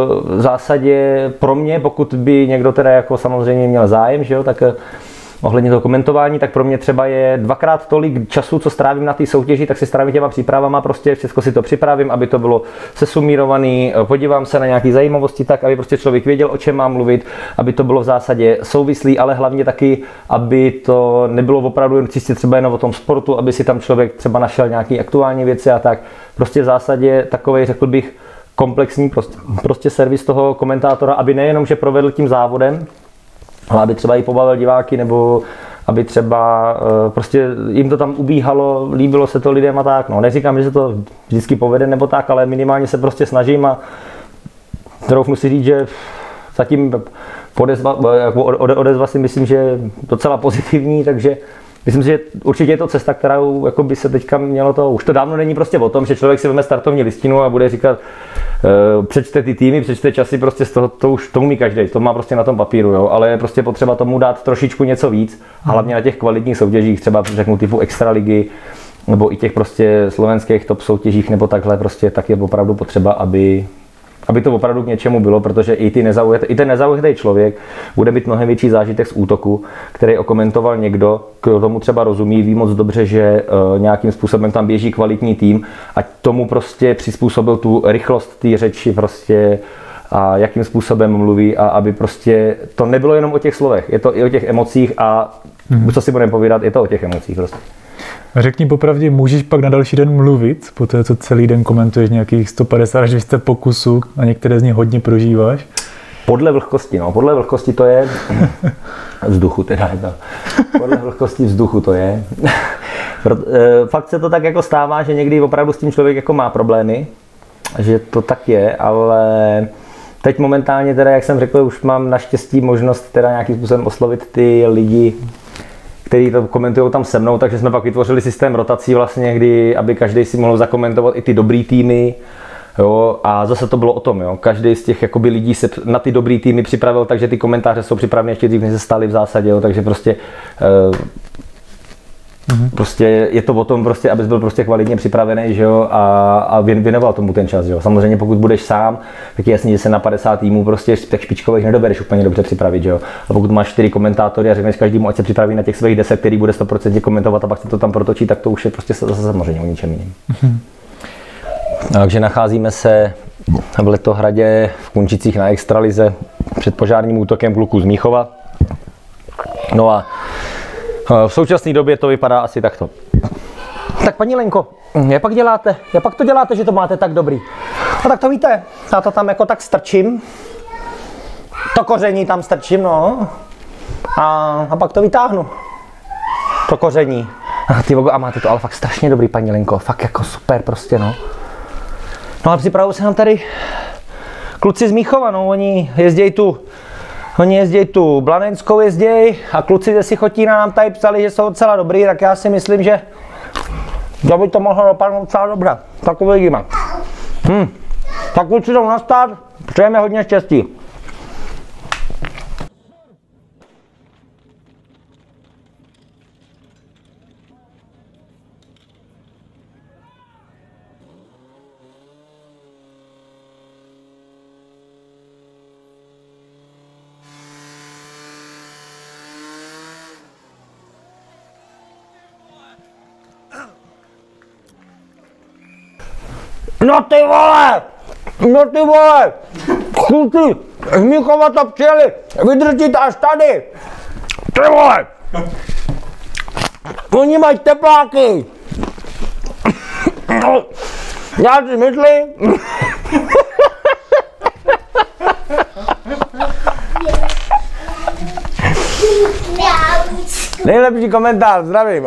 v zásadě pro mě, pokud by někdo teda jako samozřejmě měl zájem, že jo, tak ohledně toho komentování, tak pro mě třeba je dvakrát tolik času, co strávím na té soutěži, tak si strávím těma přípravama, prostě všechno si to připravím, aby to bylo sesumírovaný, podívám se na nějaké zajímavosti tak, aby prostě člověk věděl, o čem má mluvit, aby to bylo v zásadě souvislý, ale hlavně taky, aby to nebylo opravdu jen čistě třeba jenom o tom sportu, aby si tam člověk třeba našel nějaké aktuální věci a tak. Prostě v zásadě takovej, řekl bych, komplexní prostě, prostě servis toho komentátora, aby nejenom, že provedl tím závodem, ale aby třeba i pobavil diváky, nebo aby třeba uh, prostě jim to tam ubíhalo, líbilo se to lidem a tak. No, neříkám, že se to vždycky povede nebo tak, ale minimálně se prostě snažím a troufnu si říct, že zatím podezva, jako odezva si myslím, že je docela pozitivní, takže myslím si, že určitě je to cesta, kterou jako by se teďka mělo to, už to dávno není prostě o tom, že člověk si vezme startovní listinu a bude říkat, uh, přečte ty týmy, přečte časy, prostě z toho, to už to umí každý, to má prostě na tom papíru, jo, ale je prostě potřeba tomu dát trošičku něco víc, a hlavně na těch kvalitních soutěžích, třeba řeknu typu extraligy, nebo i těch prostě slovenských top soutěžích, nebo takhle prostě, tak je opravdu potřeba, aby aby to opravdu k něčemu bylo, protože i, ty nezaujatý, i ten nezaujatý člověk bude mít mnohem větší zážitek z útoku, který okomentoval někdo, kdo tomu třeba rozumí, ví moc dobře, že uh, nějakým způsobem tam běží kvalitní tým a tomu prostě přizpůsobil tu rychlost té řeči prostě a jakým způsobem mluví a aby prostě to nebylo jenom o těch slovech, je to i o těch emocích a mm. co si budeme povídat, je to o těch emocích prostě. Řekni popravdě, můžeš pak na další den mluvit, po té, co celý den komentuješ nějakých sto padesát až dvě stě pokusů a některé z nich hodně prožíváš? Podle vlhkosti, no, podle vlhkosti to je, vzduchu teda je to, podle vlhkosti vzduchu to je. Fakt se to tak jako stává, že někdy opravdu s tím člověk jako má problémy, že to tak je, ale teď momentálně teda, jak jsem řekl, už mám naštěstí možnost teda nějakým způsobem oslovit ty lidi, kteří to komentují tam se mnou, takže jsme pak vytvořili systém rotací vlastně, kdy, aby každý si mohl zakomentovat i ty dobrý týmy. Jo, a zase to bylo o tom, jo. Každý z těch jakoby, lidí se na ty dobrý týmy připravil, takže ty komentáře jsou připravené ještě dřív, než se staly v zásadě, jo, takže prostě uh, mm-hmm. prostě je to o tom, prostě, abys byl prostě kvalitně připravený, že jo, a, a věnoval tomu ten čas, jo. Samozřejmě pokud budeš sám, tak je jasný, že se na padesát týmů prostě těch špičkových nedobereš úplně dobře připravit, že jo. A pokud máš čtyři komentátory a řekneš každému, ať se připraví na těch svých deset, který bude sto procent komentovat a pak se to tam protočí, tak to už je prostě zase samozřejmě o ničem jiném. Mm-hmm. Takže nacházíme se v Letohradě v Kunčicích na extralize před požárním útokem kluků z Míchova. No a v současné době to vypadá asi takto. Tak paní Lenko, jak pak děláte? Jak pak to děláte, že to máte tak dobrý? No tak to víte, já to tam jako tak strčím. To koření tam strčím, no. A, a pak to vytáhnu. To koření. A, ty vogo, a máte to ale fakt strašně dobrý, paní Lenko. Fakt jako super prostě, no. No a připravují se nám tady kluci z Míchova, no, oni jezdějí tu, oni jezdějí tu Blanenskou jezdějí a kluci ze Sichotína nám tady psali, že jsou docela dobrý, tak já si myslím, že, že by to mohlo dopadnout docela dobře. Tak uvidíme. Hm. Tak kluci jdou na start, přejeme hodně štěstí. No ty vole! No ty vole! Kluci, z Míchova to přijeli! Vydržíte až tady! Ty vole! Oni mají tepláky! Já si myslím... Nejlepší komentář, zdravím.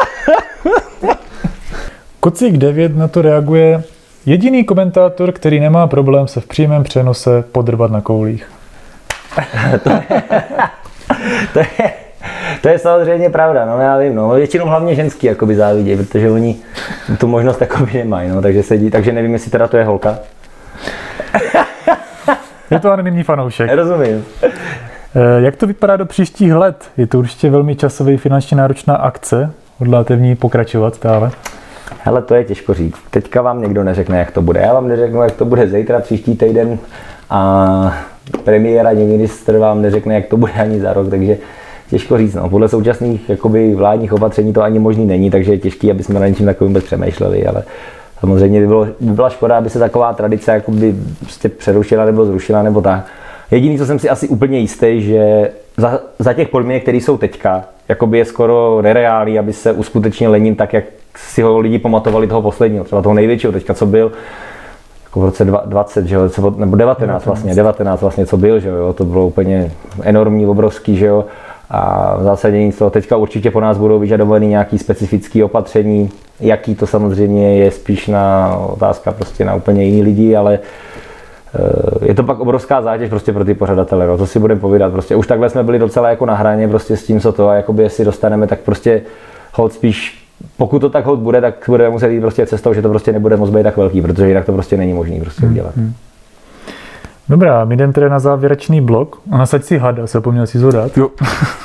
Kocík devět na to reaguje: jediný komentátor, který nemá problém se v přímém přenose podrbat na koulích. to, je, to, je, to je samozřejmě pravda, no já vím, no. Většinou hlavně ženský jakoby závidějí, protože oni tu možnost jakoby nemají, no, takže sedí, takže nevím, jestli teda to je holka. Je to anonymní fanoušek. Rozumím. Jak to vypadá do příštích let? Je to určitě velmi časově finančně náročná akce. Hodláte v ní pokračovat stále? Hele, to je těžko říct. Teďka vám někdo neřekne, jak to bude. Já vám neřeknu, jak to bude zítra, příští týden a premiér ani ministr vám neřekne, jak to bude ani za rok, takže těžko říct. No. Podle současných jakoby, vládních opatření to ani možný není, takže je těžké, aby jsme na něčím takovým vůbec přemýšleli, ale samozřejmě by, bylo, by byla škoda, aby se taková tradice jakoby, prostě přerušila nebo zrušila nebo tak. Jediný, co jsem si asi úplně jistý, že za, za těch podmínek, které jsou teďka, jakoby je skoro nereálný, aby se uskutečnil Lenin tak, jak si ho lidi pamatovali toho posledního, třeba toho největšího teďka, co byl jako v roce dvacet, že jo, nebo devatenáct vlastně, devatenáct vlastně, co byl, že jo, to bylo úplně enormní, obrovský, že jo, a v zásadě nic toho. Teďka určitě po nás budou vyžadovány nějaké specifické opatření, jaký to samozřejmě je spíš na otázka prostě na úplně jiný lidi, ale je to pak obrovská zátěž prostě pro ty pořadatele, no, to si budeme povídat, prostě už takhle jsme byli docela jako na hraně prostě s tím, co to a jakoby jestli dostaneme, tak prostě hold spíš, pokud to tak hold bude, tak budeme muset jít prostě cestou, že to prostě nebude moc být tak velký, protože jinak to prostě není možný prostě udělat. Hmm. Dobrá, my jdeme tedy na závěrečný blok a nasaď si hada, se opomněl si zodat. Jo.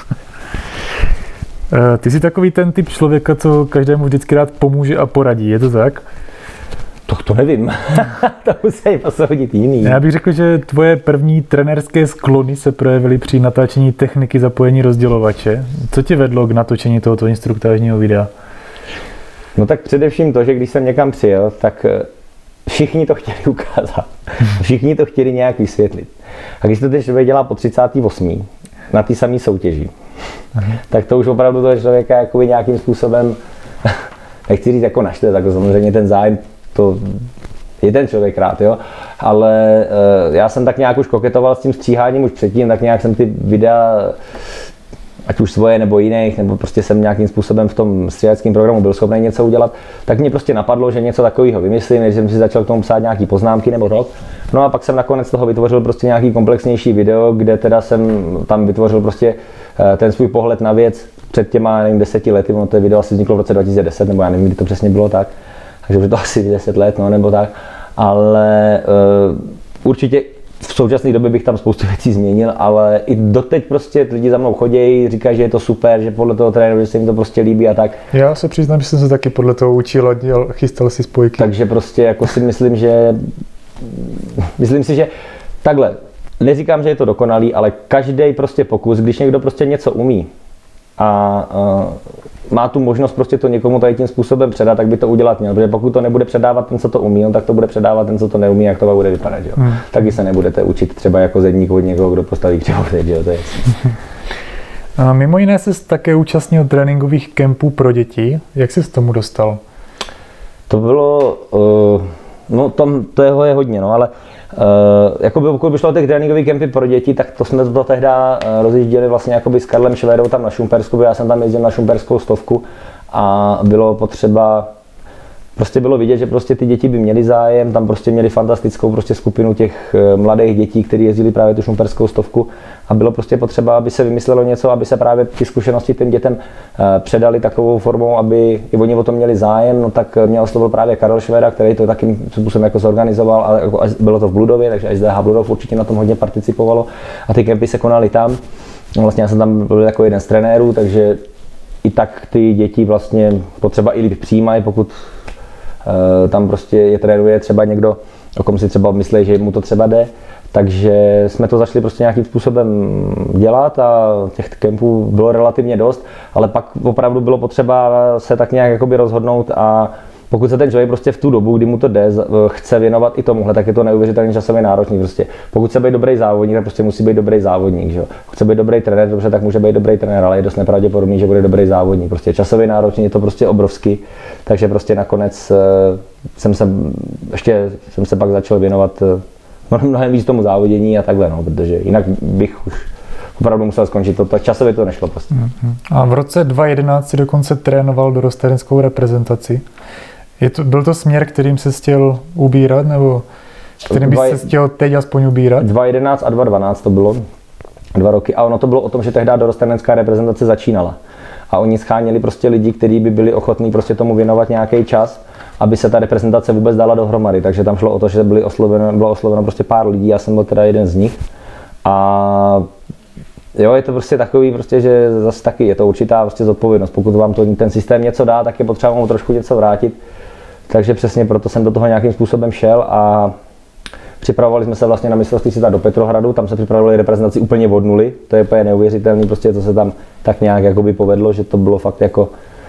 Ty jsi takový ten typ člověka, co každému vždycky rád pomůže a poradí, je to tak? To, to nevím, to musí posoudit jiný. Já bych řekl, že tvoje první trenérské sklony se projevily při natáčení techniky zapojení rozdělovače. Co tě vedlo k natočení tohoto instruktážního videa? No tak především to, že když jsem někam přijel, tak všichni to chtěli ukázat. Všichni to chtěli nějak vysvětlit. A když to ten člověk dělá po třicáté osmé na té samé soutěži, Aha. tak to už opravdu toho člověka jakoby nějakým způsobem, nechci říct jako naštve, tak samozřejmě ten zájem, to je ten člověk rád, jo, ale uh, já jsem tak nějak už koketoval s tím stříháním už předtím, tak nějak jsem ty videa, ať už svoje nebo jiných, nebo prostě jsem nějakým způsobem v tom stříhačském programu byl schopný něco udělat, tak mě prostě napadlo, že něco takového vymyslím, než jsem si začal k tomu psát nějaký poznámky nebo rok. No a pak jsem nakonec toho vytvořil prostě nějaký komplexnější video, kde teda jsem tam vytvořil prostě uh, ten svůj pohled na věc před těma, nevím, deseti lety, no to video asi vzniklo v roce dva tisíce deset, nebo já nevím, kdy to přesně bylo tak. Takže už je to asi deset let, no, nebo tak, ale uh, určitě v současné době bych tam spoustu věcí změnil, ale i doteď prostě lidi za mnou chodí, říkají, že je to super, že podle toho tréninku, že se jim to prostě líbí a tak. Já se přiznám, že jsem se taky podle toho učil a dělal, chystal si spojky. Takže prostě jako si myslím, že myslím si, že takhle, neříkám, že je to dokonalý, ale každý prostě pokus, když někdo prostě něco umí a uh, má tu možnost prostě to někomu tady tím způsobem předat, tak by to udělat měl, protože pokud to nebude předávat ten, co to umí, no, tak to bude předávat ten, co to neumí, jak to bude vypadat, jo. Hmm. Taky se nebudete učit třeba jako zedník od někoho, kdo postaví křivou zeď, jo, to je A mimo jiné se také účastnil tréninkových kempů pro děti. Jak jsi s tomu dostal? To bylo, uh, no tam toho je hodně, no, ale Uh, jakoby, pokud by šlo o těch tréninkových kempy pro děti, tak to jsme to tehdy uh, rozjížděli vlastně jakoby s Karlem Švédou tam na Šumpersku, já jsem tam jezdil na Šumperskou stovku a bylo potřeba, prostě bylo vidět, že prostě ty děti by měly zájem, tam prostě měli fantastickou prostě skupinu těch uh, mladých dětí, kteří jezdili právě tu Šumperskou stovku a bylo prostě potřeba, aby se vymyslelo něco, aby se právě ty zkušenosti těm dětem uh, předali takovou formou, aby i oni o tom měli zájem, no tak měl to byl právě Karel Švéda, který to takým způsobem jako zorganizoval, ale jako bylo to v Bludově, takže S D H Bludov určitě na tom hodně participovalo a ty kempy se konaly tam. No vlastně já jsem tam byl jako jeden z trenérů, takže i tak ty děti vlastně potřeba i líp přijímají, pokud uh, tam prostě je trénuje třeba někdo, o kom si třeba myslí, že mu to třeba jde. Takže jsme to začali prostě nějakým způsobem dělat a těch kempů bylo relativně dost, ale pak opravdu bylo potřeba se tak nějak jakoby rozhodnout a pokud se ten člověk prostě v tu dobu, kdy mu to jde, chce věnovat i tomuhle, tak je to neuvěřitelně časově náročný. Prostě. Pokud chce být dobrý závodník, tak prostě musí být dobrý závodník. Že? Pokud chce být dobrý trenér, dobře, tak může být dobrý trenér, ale je dost nepravděpodobný, že bude dobrý závodník. Prostě časově náročný je to prostě obrovský, takže prostě nakonec jsem se ještě jsem se pak začal věnovat mnohem víc tomu závodění a takhle, no, protože jinak bych už opravdu musel skončit to, tak časově to nešlo prostě. A v roce dva tisíce jedenáct si dokonce trénoval dorosteneckou reprezentaci. Je to, byl to směr, kterým se chtěl ubírat, nebo kterým bys se chtěl teď aspoň ubírat? dva tisíce jedenáct a dva tisíce dvanáct to bylo, dva roky. A ono to bylo o tom, že tehdy dorostenecká reprezentace začínala. A oni scháněli prostě lidi, kteří by byli ochotní prostě tomu věnovat nějaký čas, aby se ta reprezentace vůbec dala dohromady. Takže tam šlo o to, že byli osloveno, bylo osloveno prostě pár lidí, já jsem byl teda jeden z nich. A jo, je to prostě takový, prostě, že zase taky je to určitá prostě zodpovědnost. Pokud vám to, ten systém něco dá, tak je potřeba mu trošku něco vrátit. Takže přesně proto jsem do toho nějakým způsobem šel a připravovali jsme se vlastně na mistrovství světa do Petrohradu, tam se připravovali reprezentaci úplně od nuly. To je úplně neuvěřitelné, prostě to se tam tak nějak jakoby povedlo, že to bylo fakt jako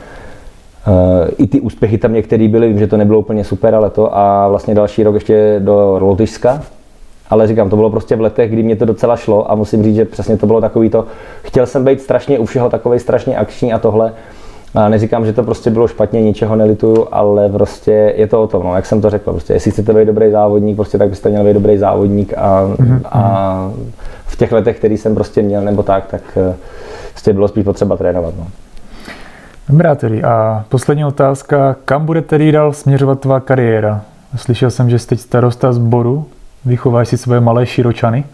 uh, i ty úspěchy tam některé byly, vím, že to nebylo úplně super, ale to a vlastně další rok ještě do Lotyšska. Ale říkám, to bylo prostě v letech, kdy mě to docela šlo a musím říct, že přesně to bylo takový to, chtěl jsem být strašně u všeho takovej strašně akční a tohle. A neříkám, že to prostě bylo špatně, ničeho nelituju, ale prostě je to o tom, no, jak jsem to řekl, prostě jestli chcete být dobrý závodník, prostě tak byste měl být dobrý závodník a, mm-hmm. a v těch letech, který jsem prostě měl nebo tak, tak prostě bylo spíš potřeba trénovat. No. Dobrá tedy. A poslední otázka, kam bude tedy dál směřovat tvá kariéra? Slyšel jsem, že jsi teď starosta sboru. Vychováš si svoje malé Širočany?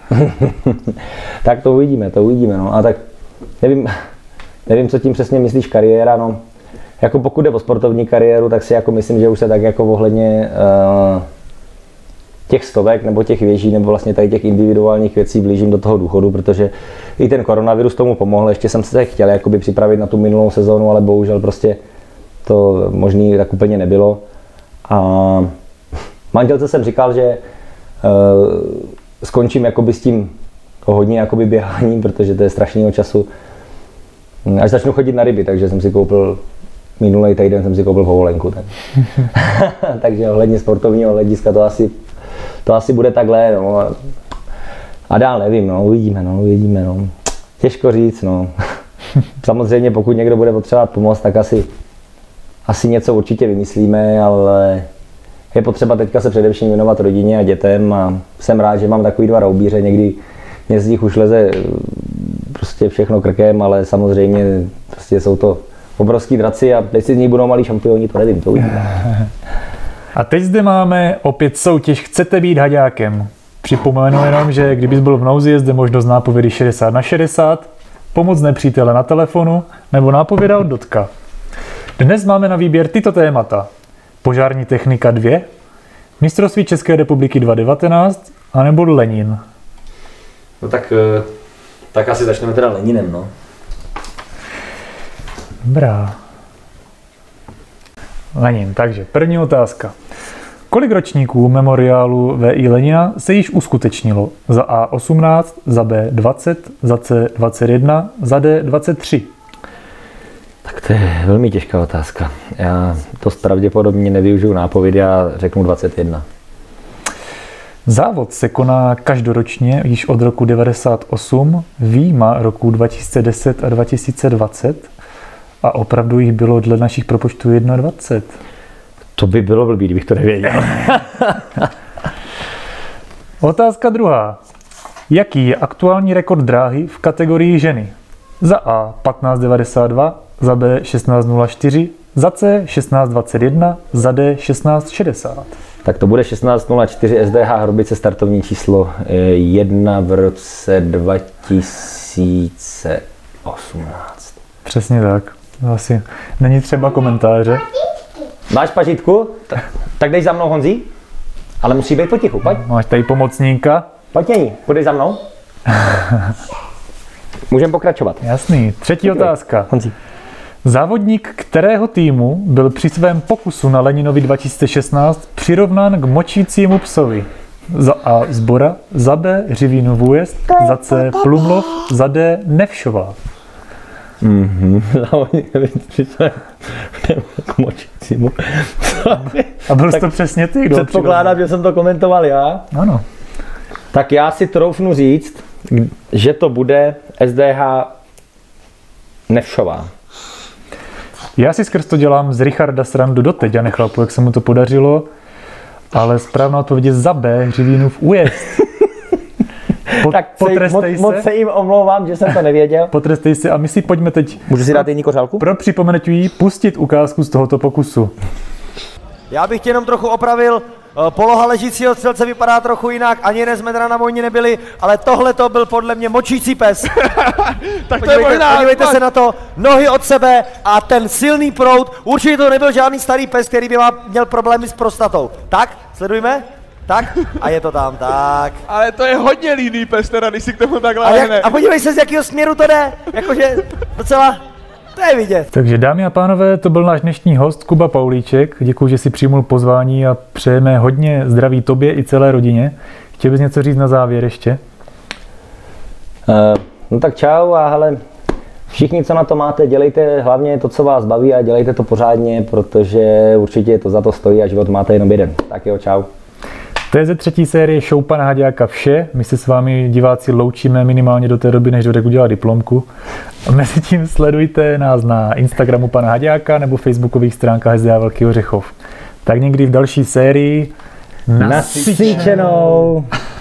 Tak to uvidíme, to uvidíme. No. A tak nevím, nevím, co tím přesně myslíš kariéra. No. Jako pokud jde o sportovní kariéru, tak si jako myslím, že už se tak jako ohledně uh, těch stovek nebo těch věží nebo vlastně tady těch individuálních věcí blížím do toho důchodu, protože i ten koronavirus tomu pomohl. Ještě jsem se chtěl jakoby připravit na tu minulou sezónu, ale bohužel prostě to možný tak úplně nebylo. A manželce jsem říkal, že Uh, skončím jakoby s tím hodně jakoby běháním, protože to je strašného času. Až začnu chodit na ryby, takže jsem si koupil minulý týden jsem si koupil povolenku. Tak. Takže ohledně sportovního hlediska to asi, to asi bude takhle. No. A dál nevím, no, uvidíme, no, uvidíme. No. Těžko říct. No. Samozřejmě pokud někdo bude potřebovat pomoc, tak asi, asi něco určitě vymyslíme, ale je potřeba teďka se především věnovat rodině a dětem a jsem rád, že mám takový dva roubíře, někdy mě z nich už leze prostě všechno krkem, ale samozřejmě prostě jsou to obrovský draci a teď si z nich budou malí šampioni, to nevím, to uvidíme. A teď zde máme opět soutěž Chcete být haďákem. Připomenu jenom, že kdybys byl v nouzi, je zde možnost nápovědy šedesát na šedesát, pomoc nepřítele na telefonu nebo nápověda od Dotka. Dnes máme na výběr tyto témata. Požární technika dva, mistrovství České republiky dva tisíce devatenáct, anebo Lenin. No tak, tak asi začneme teda Leninem, no. Dobrá. Lenin, takže první otázka. Kolik ročníků memoriálu V I Lenina se již uskutečnilo? Za A osmnáct, za B dvacet, za C dvacet jedna, za D dvacet tři. Tak to je velmi těžká otázka. Já to pravděpodobně nevyužiju nápovědy a řeknu dvacet jedna. Závod se koná každoročně již od roku devadesát osm, výjima roku dva tisíce deset a dva tisíce dvacet a opravdu jich bylo dle našich propočtů dvacet jedna. To by bylo blbý, kdybych to nevěděl. Otázka druhá. Jaký je aktuální rekord dráhy v kategorii ženy? Za A patnáct devadesát dva, za B šestnáct nula čtyři, za C šestnáct dvacet jedna, za D šestnáct šedesát. Tak to bude šestnáct nula čtyři S D H Hrobice, startovní číslo jedna v roce dva tisíce osmnáct. Přesně tak. Asi není třeba komentáře. Máš pažitku? Tak dej za mnou, Honzí. Ale musí být potichu, pojď. Máš tady pomocníka. Pojď, Nění, půjdeš za mnou. Můžeme pokračovat. Jasný. Třetí Děkuji. Otázka. Honzí. Závodník kterého týmu byl při svém pokusu na Leninovi dva tisíce šestnáct přirovnán k močícímu psovi? Za A Zbora, za B Řivínův Újezd, za C Plumlov, za D Nevšová. Mhm. K močícímu. A byl jsi to přesně ty, kdo? Předpokládám, že jsem to komentoval já. Ano. Tak já si troufnu říct, že to bude S D H Nevšová. Já si skrz to dělám z Richarda srandu doteď a nechlapu, jak se mu to podařilo, ale správná odpověď je za B, Hřivínův újezd. Po, tak se, moc, se. moc se jim omlouvám, že jsem to nevěděl. Potrestej si a my si pojďme teď... Můžu si dát jiný kořálku? Pro připomenutí pustit ukázku z tohoto pokusu. Já bych tě jenom trochu opravil. Poloha ležícího střelce vypadá trochu jinak, ani jeden z medra na vojně nebyli, ale tohle to byl podle mě močící pes. Tak to podívejte, je možná... Podívejte se na to, nohy od sebe a ten silný proud. Určitě to nebyl žádný starý pes, který by měl problémy s prostatou. Tak, sledujme. Tak, a je to tam, tak. Ale to je hodně líný pes teda, když si k tomu takhle a, lehne. jak, a podívej se, z jakého směru to jde, jakože docela, to je vidět. Takže dámy a pánové, to byl náš dnešní host Kuba Paulíček. Děkuji, že si přijmul pozvání a přejeme hodně zdraví tobě i celé rodině. Chtěl bys něco říct na závěr ještě? Uh, no tak čau a hele, všichni, co na to máte, dělejte hlavně to, co vás baví a dělejte to pořádně, protože určitě to za to stojí a život máte jenom jeden. Tak jo, čau. To je ze třetí série Show pana Haďáka vše. My se s vámi diváci loučíme minimálně do té doby, než Dodek udělá diplomku. A mezi tím sledujte nás na Instagramu pana Haďáka nebo facebookových stránkách S D A Velký Ořechov. Tak někdy v další sérii nasyčenou.